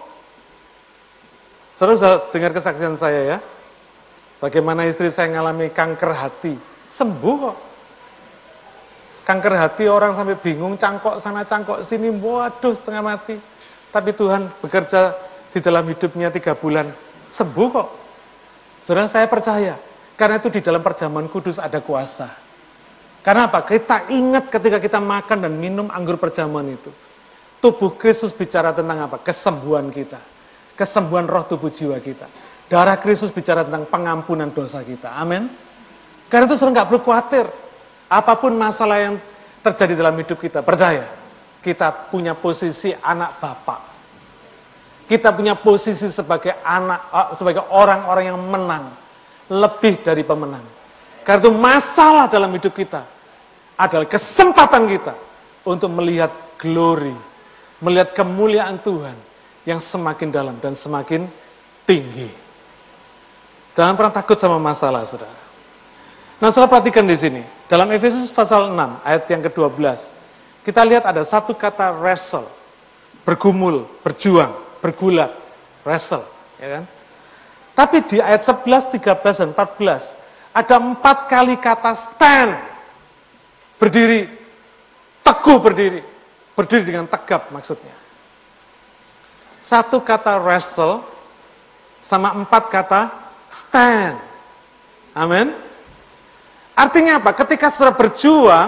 Saudara dengar kesaksian saya ya. Bagaimana istri saya mengalami kanker hati. Sembuh kok. Kanker hati orang sampai bingung, cangkok sana, cangkok sini. Waduh, setengah mati. Tapi Tuhan bekerja di dalam hidupnya 3 bulan. Sembuh kok. Saudara, saya percaya. Karena itu di dalam perjamuan kudus ada kuasa. Karena apa? Kita ingat ketika kita makan dan minum anggur perjamuan itu. Tubuh Kristus bicara tentang apa? Kesembuhan kita. Kesembuhan roh tubuh jiwa kita. Darah Kristus bicara tentang pengampunan dosa kita. Amin. Karena itu saudara nggak perlu khawatir. Apapun masalah yang terjadi dalam hidup kita, percaya. Kita punya posisi anak Bapa. Kita punya posisi sebagai sebagai orang-orang yang menang. Lebih dari pemenang. Karena itu masalah dalam hidup kita adalah kesempatan kita untuk melihat glory, melihat kemuliaan Tuhan yang semakin dalam dan semakin tinggi. Jangan pernah takut sama masalah, saudara. Nah, saudara perhatikan di sini. Dalam Efesus pasal 6, ayat yang ke-12. Kita lihat ada satu kata wrestle. Bergumul, berjuang, bergulat. Wrestle. Ya kan? Tapi di ayat 11, 13, dan 14, ada 4 kali kata stand. Berdiri. Teguh berdiri. Berdiri dengan tegap maksudnya. Satu kata wrestle sama 4 kata stand. Amin. Artinya apa? Ketika saudara berjuang,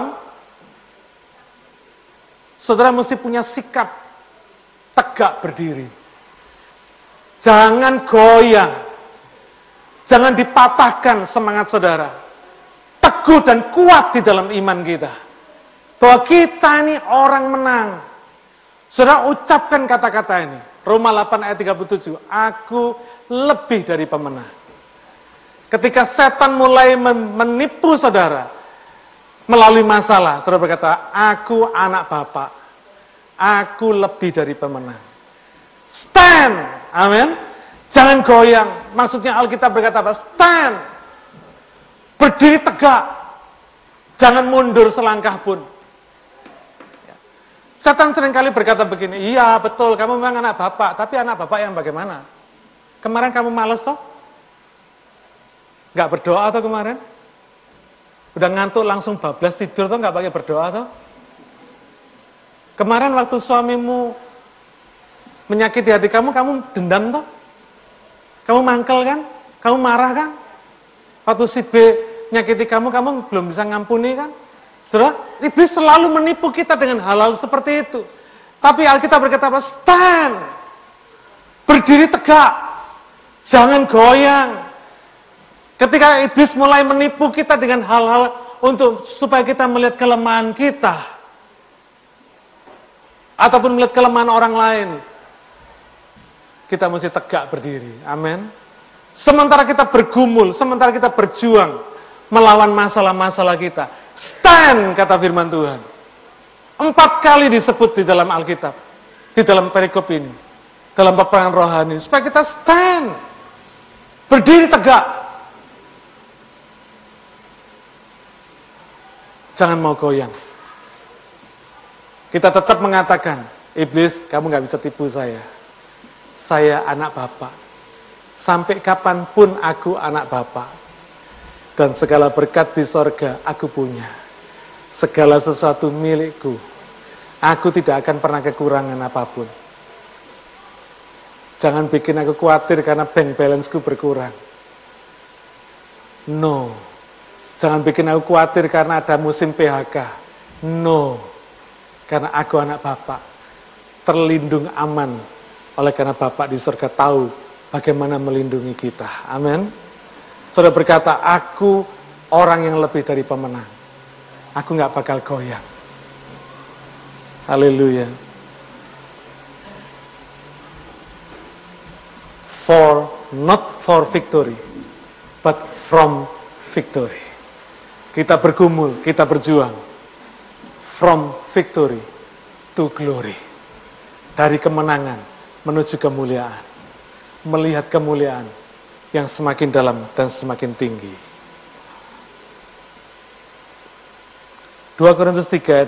saudara mesti punya sikap tegak berdiri. Jangan goyang. Jangan dipatahkan semangat saudara. Teguh dan kuat di dalam iman kita. Bahwa kita ini orang menang. Saudara ucapkan kata-kata ini. Roma 8 ayat 37. Aku lebih dari pemenang. Ketika setan mulai menipu saudara. Melalui masalah. Saudara berkata, aku anak Bapa. Aku lebih dari pemenang. Stand. Amin. Jangan goyang. Maksudnya Alkitab berkata apa? Stand. Berdiri tegak. Jangan mundur selangkah pun. Setan seringkali berkata begini, iya betul, kamu memang anak Bapak, tapi anak Bapak yang bagaimana? Kemarin kamu males toh? Gak berdoa toh kemarin? Udah ngantuk langsung bablas tidur toh, gak pakai berdoa toh? Kemarin waktu suamimu menyakiti hati kamu dendam toh? Kamu mangkel kan? Kamu marah kan? Waktu si B nyakiti kamu belum bisa ngampuni kan? Saudara, iblis selalu menipu kita dengan hal-hal seperti itu. Tapi Alkitab berkata apa? Stand. Berdiri tegak. Jangan goyang. Ketika iblis mulai menipu kita dengan hal-hal supaya kita melihat kelemahan kita. Ataupun melihat kelemahan orang lain. Kita mesti tegak berdiri. Amin. Sementara kita bergumul, sementara kita berjuang melawan masalah-masalah kita. Stand, kata firman Tuhan. 4 kali disebut di dalam Alkitab. Di dalam perikop ini. Dalam peperangan rohani. Supaya kita stand. Berdiri tegak. Jangan mau goyang. Kita tetap mengatakan, iblis, kamu gak bisa tipu saya. Saya anak Bapa. Sampai kapanpun aku anak Bapa. Dan segala berkat di sorga aku punya. Segala sesuatu milikku. Aku tidak akan pernah kekurangan apapun. Jangan bikin aku khawatir karena bank balance-ku berkurang. No. Jangan bikin aku khawatir karena ada musim PHK. No. Karena aku anak Bapak. Terlindung aman. Oleh karena Bapak di surga tahu bagaimana melindungi kita. Amin. Saudara berkata, aku orang yang lebih dari pemenang. Aku gak bakal goyang. Haleluya. Not for victory, but from victory. Kita bergumul, kita berjuang. From victory to glory. Dari kemenangan menuju kemuliaan. Melihat kemuliaan yang semakin dalam dan semakin tinggi. 2 Korintus 3 ayat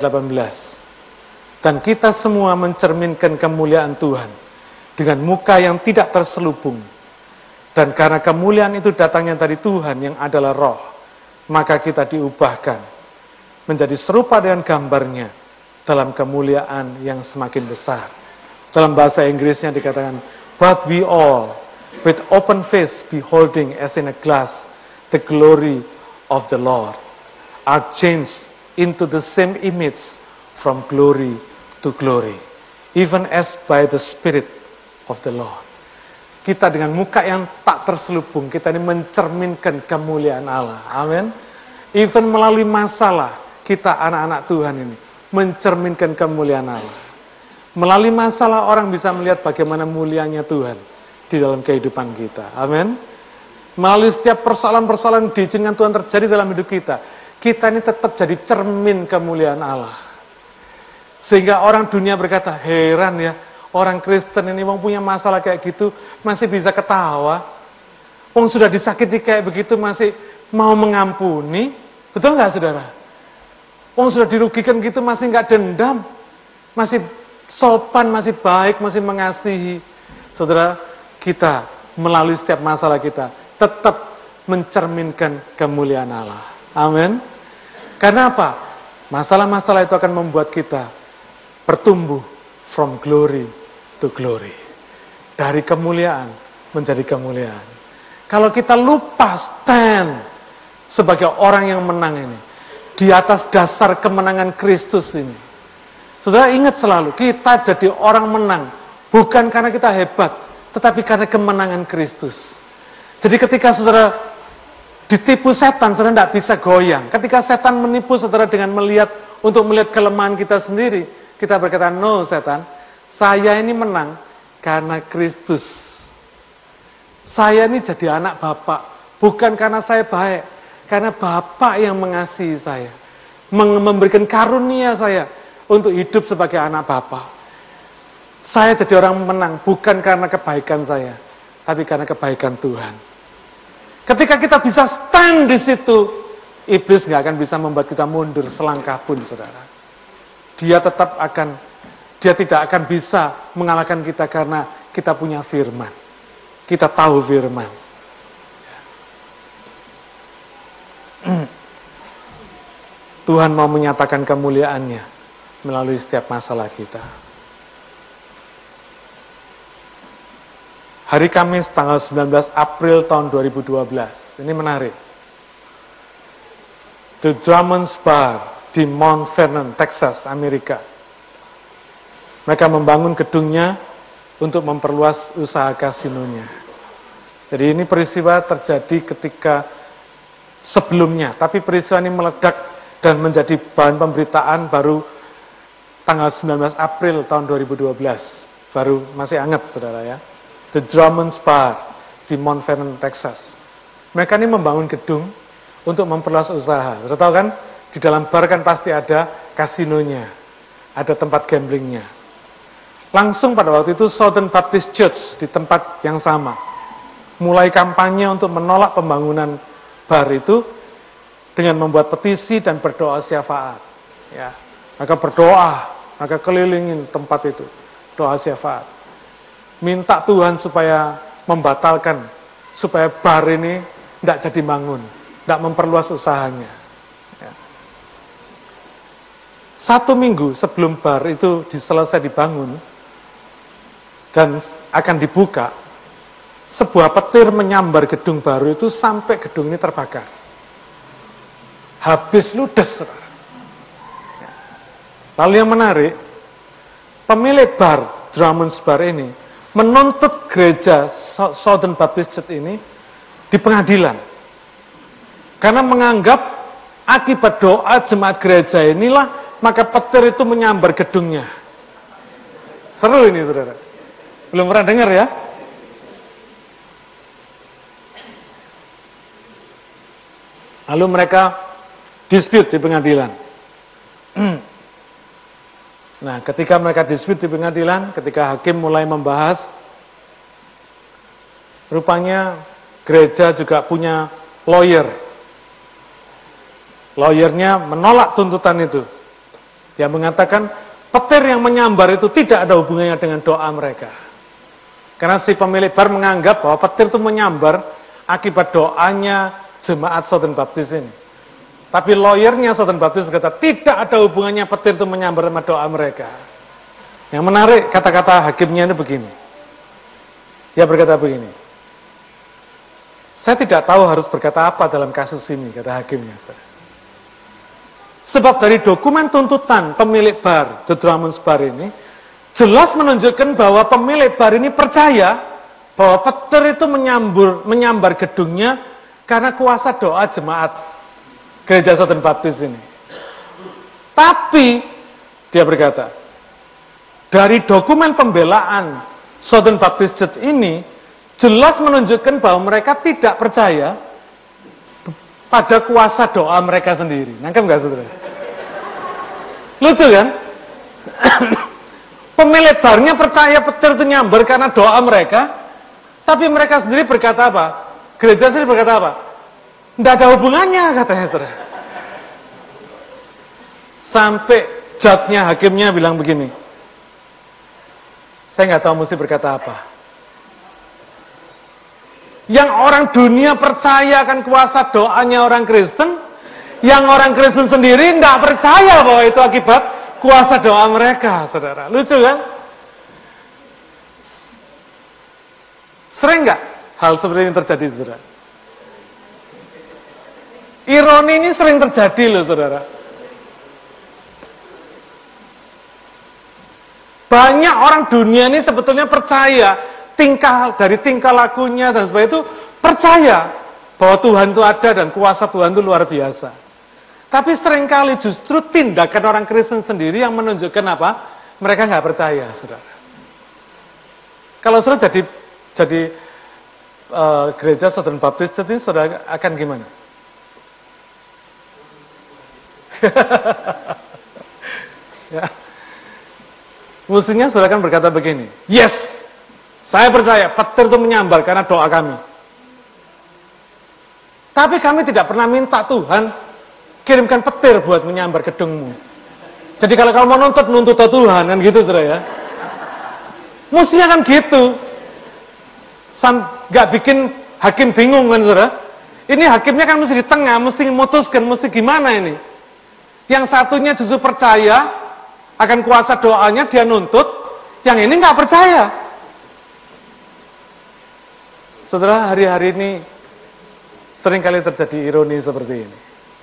18. Dan kita semua mencerminkan kemuliaan Tuhan dengan muka yang tidak terselubung. Dan karena kemuliaan itu datangnya dari Tuhan yang adalah roh, maka kita diubahkan menjadi serupa dengan gambarnya dalam kemuliaan yang semakin besar. Dalam bahasa Inggrisnya dikatakan, but we all, with open face, beholding as in a glass the glory of the Lord, are changed into the same image from glory to glory, even as by the Spirit of the Lord. Kita dengan muka yang tak terselubung, kita ini mencerminkan kemuliaan Allah. Amin. Even melalui masalah, kita anak-anak Tuhan ini mencerminkan kemuliaan Allah. Melalui masalah orang bisa melihat bagaimana mulianya Tuhan di dalam kehidupan kita. Amin. Melalui setiap persoalan-persoalan diizinkan Tuhan terjadi dalam hidup kita, kita ini tetap jadi cermin kemuliaan Allah. Sehingga orang dunia berkata, heran ya, orang Kristen ini wong punya masalah kayak gitu masih bisa ketawa. Wong sudah disakiti kayak begitu masih mau mengampuni. Betul nggak saudara? Wong sudah dirugikan gitu masih nggak dendam. Masih sopan, masih baik, masih mengasihi. Saudara, kita melalui setiap masalah kita tetap mencerminkan kemuliaan Allah. Amin. Karena apa? Masalah-masalah itu akan membuat kita bertumbuh from glory to glory. Dari kemuliaan menjadi kemuliaan. Kalau kita lupa stand sebagai orang yang menang ini, di atas dasar kemenangan Kristus ini. Saudara ingat selalu, kita jadi orang menang, bukan karena kita hebat, tetapi karena kemenangan Kristus. Jadi ketika saudara ditipu setan, saudara tidak bisa goyang. Ketika setan menipu saudara dengan melihat kelemahan kita sendiri, kita berkata, no setan, saya ini menang karena Kristus. Saya ini jadi anak Bapak, bukan karena saya baik, karena Bapak yang mengasihi saya, memberikan karunia saya untuk hidup sebagai anak Bapak. Saya jadi orang menang, bukan karena kebaikan saya, tapi karena kebaikan Tuhan. Ketika kita bisa stand di situ, iblis nggak akan bisa membuat kita mundur selangkah pun, saudara. Dia tidak akan bisa mengalahkan kita karena kita punya firman. Kita tahu firman. Tuhan mau menyatakan kemuliaannya melalui setiap masalah kita. Hari Kamis tanggal 19 April tahun 2012. Ini menarik. The Drummond's Bar di Mount Vernon, Texas, Amerika. Mereka membangun gedungnya untuk memperluas usaha kasinonya. Jadi ini peristiwa terjadi ketika sebelumnya, tapi peristiwa ini meledak dan menjadi bahan pemberitaan baru tanggal 19 April tahun 2012. Baru masih hangat, saudara ya. The Drummond's Bar di Mount Vernon, Texas. Mereka ini membangun gedung untuk memperluas usaha. Saudara tahu kan, di dalam bar kan pasti ada kasinonya, ada tempat gamblingnya. Langsung pada waktu itu Southern Baptist Church di tempat yang sama mulai kampanye untuk menolak pembangunan bar itu dengan membuat petisi dan berdoa syafaat. Ya, maka berdoa, maka kelilingin tempat itu, doa syafaat. Minta Tuhan supaya membatalkan, supaya bar ini tidak jadi bangun, tidak memperluas usahanya. Ya. 1 minggu sebelum bar itu selesai dibangun, dan akan dibuka, sebuah petir menyambar gedung baru itu sampai gedung ini terbakar. Habis ludes, saudara. Lalu yang menarik, pemilik bar, Drummond's Bar ini, menuntut gereja Southern Baptist Church ini di pengadilan. Karena menganggap akibat doa jemaat gereja inilah, maka petir itu menyambar gedungnya. Seru ini, saudara. Belum pernah dengar ya? Lalu mereka dispute di pengadilan. Nah, ketika mereka dispute di pengadilan, ketika hakim mulai membahas, rupanya gereja juga punya lawyer. Lawyernya menolak tuntutan itu. Dia mengatakan, petir yang menyambar itu tidak ada hubungannya dengan doa mereka. Karena si pemilik bar menganggap bahwa petir itu menyambar akibat doanya jemaat Southern Baptist ini. Tapi lawyernya Southern Baptist berkata, tidak ada hubungannya petir itu menyambar sama doa mereka. Yang menarik, kata-kata hakimnya ini begini. Dia berkata begini, saya tidak tahu harus berkata apa dalam kasus ini, kata hakimnya. Sebab dari dokumen tuntutan pemilik bar, The Drummond's Bar ini, jelas menunjukkan bahwa pemilik bar ini percaya bahwa petir itu menyambar gedungnya karena kuasa doa jemaat gereja Southern Baptist ini. Tapi, dia berkata, dari dokumen pembelaan Southern Baptist Church ini, jelas menunjukkan bahwa mereka tidak percaya pada kuasa doa mereka sendiri. Nangkep nggak, saudara? Lucu kan? Pemilik barnya percaya petir itu nyambar karena doa mereka, tapi mereka sendiri berkata apa? Gereja sendiri berkata apa? Tidak ada hubungannya, katanya, saudara. Sampai judge-nya, hakimnya bilang begini, saya nggak tahu mesti berkata apa. Yang orang dunia percaya akan kuasa doanya orang Kristen, yang orang Kristen sendiri nggak percaya bahwa itu akibat kuasa doa mereka, saudara. Lucu kan? Sering nggak hal seperti ini terjadi, saudara? Ironi ini sering terjadi loh, saudara. Banyak orang dunia ini sebetulnya percaya dari tingkah lakunya dan sebagainya itu percaya bahwa Tuhan itu ada dan kuasa Tuhan itu luar biasa. Tapi seringkali justru tindakan orang Kristen sendiri yang menunjukkan apa? Mereka nggak percaya, saudara. Kalau saudara jadi gereja Southern Baptist, jadi saudara akan gimana? Ya. Mestinya saudara kan berkata begini, yes, saya percaya petir itu menyambar karena doa kami. Tapi kami tidak pernah minta Tuhan kirimkan petir buat menyambar gedungmu. Jadi kalau kamu mau nuntut Tuhan kan gitu, saudara ya. Mestinya kan gitu. Gak bikin hakim bingung kan, saudara. Ini hakimnya kan mesti di tengah, mesti memutuskan, mesti gimana ini. Yang satunya justru percaya akan kuasa doanya, dia nuntut, yang ini nggak percaya. Saudara, hari-hari ini seringkali terjadi ironi seperti ini.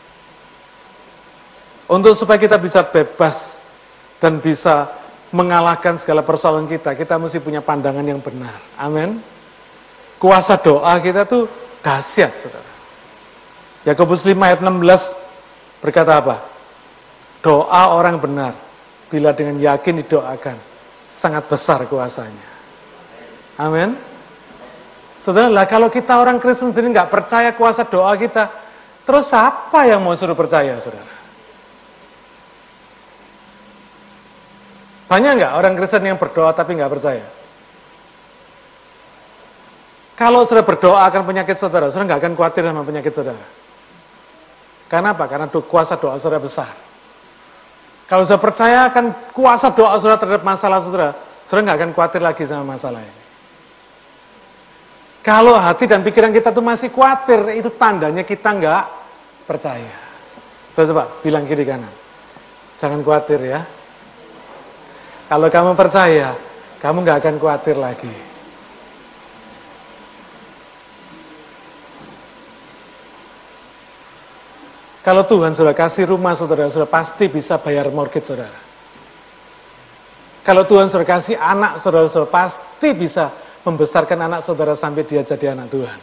Untuk supaya kita bisa bebas dan bisa mengalahkan segala persoalan kita mesti punya pandangan yang benar. Amin. Kuasa doa kita tuh dahsyat, saudara. Yakobus 5 ayat 16 berkata apa? Doa orang benar, bila dengan yakin didoakan, sangat besar kuasanya. Amin. Saudara, lah kalau kita orang Kristen sendiri nggak percaya kuasa doa kita, terus siapa yang mau suruh percaya, saudara? Banyak nggak orang Kristen yang berdoa tapi nggak percaya? Kalau saudara berdoa akan penyakit saudara nggak akan khawatir sama penyakit saudara. Karena apa? Karena kuasa doa saudara besar. Kalau saudara percaya akan kuasa doa saudara terhadap masalah saudara nggak akan khawatir lagi sama masalah ini. Kalau hati dan pikiran kita tuh masih khawatir, itu tandanya kita nggak percaya. Coba bilang kiri kanan. Jangan khawatir ya. Kalau kamu percaya, kamu nggak akan khawatir lagi. Kalau Tuhan sudah kasih rumah saudara, sudah pasti bisa bayar mortgage saudara. Kalau Tuhan sudah kasih anak saudara, sudah pasti bisa membesarkan anak saudara sampai dia jadi anak Tuhan.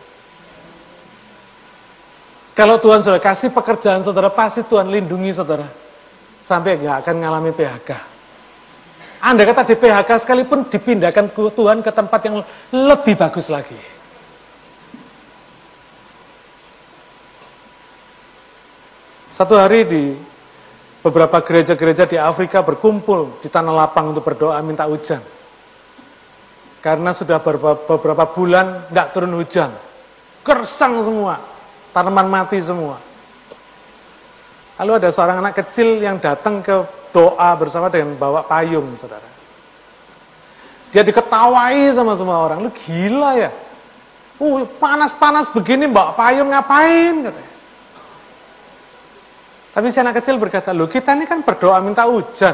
Kalau Tuhan sudah kasih pekerjaan saudara, pasti Tuhan lindungi saudara. Sampai nggak akan ngalami PHK. Anda kata di PHK sekalipun dipindahkan ke Tuhan ke tempat yang lebih bagus lagi. Satu hari di beberapa gereja-gereja di Afrika berkumpul di tanah lapang untuk berdoa minta hujan. Karena sudah beberapa bulan tidak turun hujan. Gersang semua. Tanaman mati semua. Lalu ada seorang anak kecil yang datang ke doa bersama dengan bawa payung, saudara. Dia diketawai sama semua orang. Lu gila ya? Panas-panas begini bawa payung ngapain? Katanya. Tapi si anak kecil berkata, loh kita ini kan berdoa minta hujan.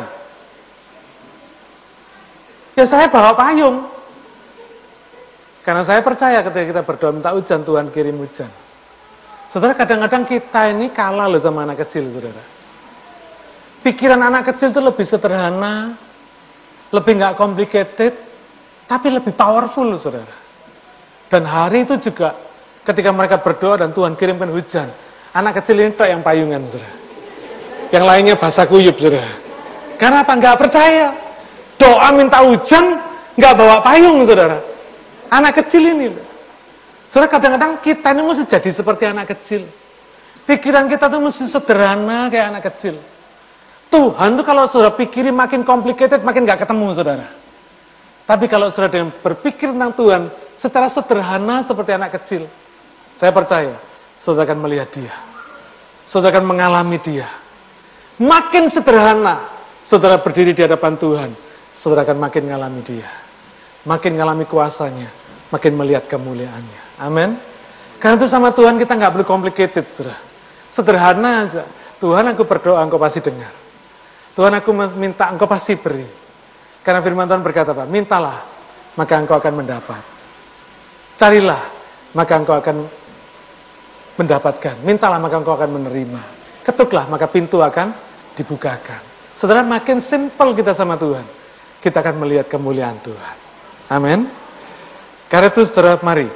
Ya saya bawa payung. Karena saya percaya ketika kita berdoa minta hujan, Tuhan kirim hujan. Saudara, kadang-kadang kita ini kalah loh sama anak kecil, saudara. Pikiran anak kecil itu lebih sederhana, lebih nggak complicated, tapi lebih powerful, saudara. Dan hari itu juga, ketika mereka berdoa dan Tuhan kirimkan hujan, anak kecil ini yang payungan, saudara. Yang lainnya basah kuyup, saudara. Karena apa? Nggak percaya. Doa minta hujan, nggak bawa payung, saudara. Anak kecil ini. Saudara, kadang-kadang kita ini mesti jadi seperti anak kecil. Pikiran kita tuh mesti sederhana kayak anak kecil. Tuhan tuh kalau saudara pikirin makin complicated, makin nggak ketemu, saudara. Tapi kalau saudara dengan berpikir tentang Tuhan secara sederhana seperti anak kecil, saya percaya saudara akan melihat Dia. Saudara akan mengalami Dia. Makin sederhana saudara berdiri di hadapan Tuhan, saudara akan makin mengalami Dia. Makin mengalami kuasanya, makin melihat kemuliaannya. Amin. Karena itu sama Tuhan kita nggak perlu complicated, saudara. Sederhana aja. Tuhan, aku berdoa, engkau pasti dengar. Tuhan, aku minta, engkau pasti beri. Karena firman Tuhan berkata, Pak, mintalah, maka engkau akan mendapat. Carilah, maka engkau akan mendapatkan. Mintalah, maka engkau akan menerima. Ketuklah, maka pintu akan dibukakan. Saudara, makin simple kita sama Tuhan, kita akan melihat kemuliaan Tuhan. Amin. Karena itu, saudara, mari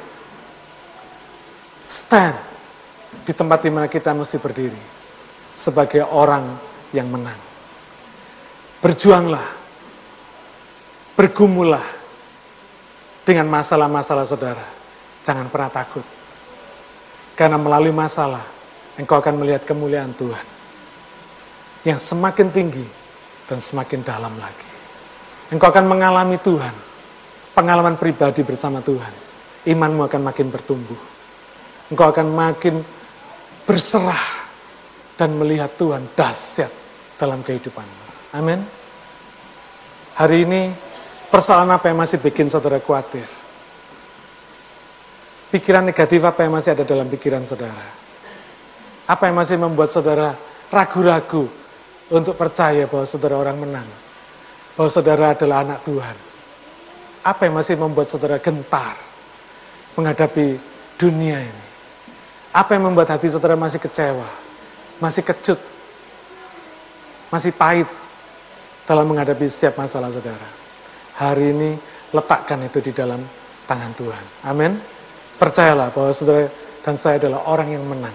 stand di tempat di mana kita mesti berdiri sebagai orang yang menang. Berjuanglah, bergumulah dengan masalah-masalah saudara. Jangan pernah takut. Karena melalui masalah, engkau akan melihat kemuliaan Tuhan yang semakin tinggi dan semakin dalam lagi. Engkau akan mengalami Tuhan, pengalaman pribadi bersama Tuhan. Imanmu akan makin bertumbuh. Engkau akan makin berserah dan melihat Tuhan dahsyat dalam kehidupanmu. Amin. Hari ini persoalan apa yang masih bikin saudara khawatir? Pikiran negatif apa yang masih ada dalam pikiran saudara? Apa yang masih membuat saudara ragu-ragu untuk percaya bahwa saudara orang menang? Bahwa saudara adalah anak Tuhan? Apa yang masih membuat saudara gentar menghadapi dunia ini? Apa yang membuat hati saudara masih kecewa, masih kecut, masih pahit dalam menghadapi setiap masalah saudara? Hari ini letakkan itu di dalam tangan Tuhan. Amin. Percayalah bahwa saudara dan saya adalah orang yang menang.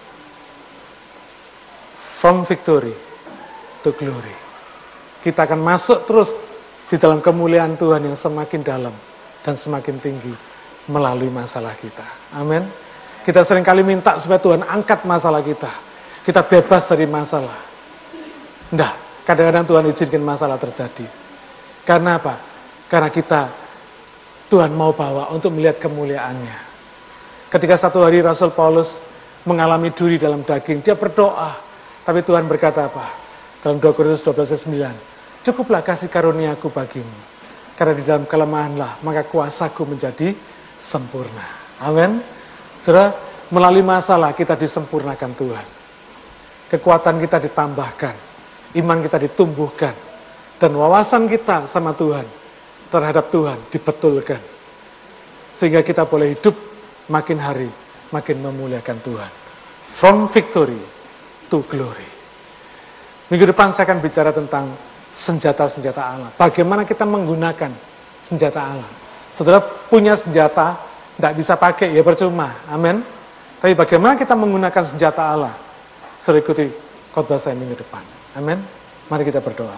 From victory to glory. Kita akan masuk terus di dalam kemuliaan Tuhan yang semakin dalam dan semakin tinggi melalui masalah kita. Amin. Kita seringkali minta supaya Tuhan angkat masalah kita. Kita bebas dari masalah. Enggak, kadang-kadang Tuhan izinkan masalah terjadi. Karena apa? Karena Tuhan mau bawa untuk melihat kemuliaannya. Ketika satu hari Rasul Paulus mengalami duri dalam daging, dia berdoa. Tapi Tuhan berkata apa? Dalam 2 Korintus 12:9, cukuplah kasih karuniaku bagimu. Karena di dalam kelemahanlah, maka kuasaku menjadi sempurna. Amin. Saudara, melalui masalah kita disempurnakan Tuhan. Kekuatan kita ditambahkan. Iman kita ditumbuhkan. Dan wawasan kita sama Tuhan, terhadap Tuhan, dibetulkan. Sehingga kita boleh hidup makin hari, makin memuliakan Tuhan. From victory to glory. Minggu depan saya akan bicara tentang senjata-senjata Allah. Bagaimana kita menggunakan senjata Allah. Saudara punya senjata, tidak bisa pakai, ya percuma. Amin. Tapi bagaimana kita menggunakan senjata Allah? Suruh ikuti khotbah saya minggu depan. Amin. Mari kita berdoa.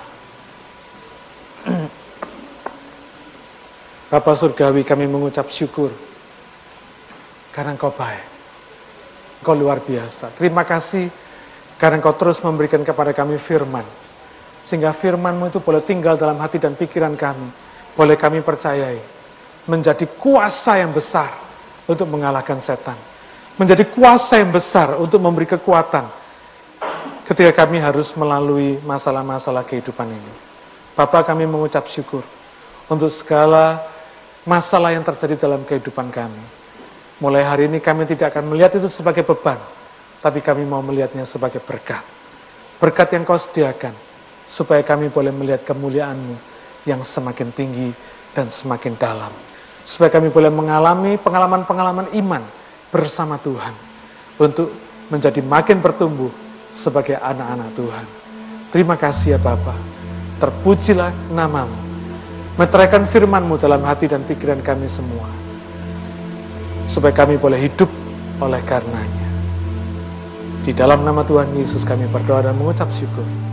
Bapa Surgawi, kami mengucap syukur karena Engkau baik. Engkau luar biasa. Terima kasih karena Engkau terus memberikan kepada kami firman. Sehingga firman-Mu itu boleh tinggal dalam hati dan pikiran kami. Boleh kami percayai. Menjadi kuasa yang besar untuk mengalahkan setan. Menjadi kuasa yang besar untuk memberi kekuatan ketika kami harus melalui masalah-masalah kehidupan ini. Bapa, kami mengucap syukur untuk segala masalah yang terjadi dalam kehidupan kami. Mulai hari ini kami tidak akan melihat itu sebagai beban, tapi kami mau melihatnya sebagai berkat. Berkat yang Kau sediakan, supaya kami boleh melihat kemuliaan-Mu yang semakin tinggi dan semakin dalam. Supaya kami boleh mengalami pengalaman-pengalaman iman bersama Tuhan, untuk menjadi makin bertumbuh sebagai anak-anak Tuhan. Terima kasih ya Bapa. Terpujilah nama-Mu. Meteraikan firman-Mu dalam hati dan pikiran kami semua, supaya kami boleh hidup oleh karenanya. Di dalam nama Tuhan Yesus kami berdoa dan mengucap syukur.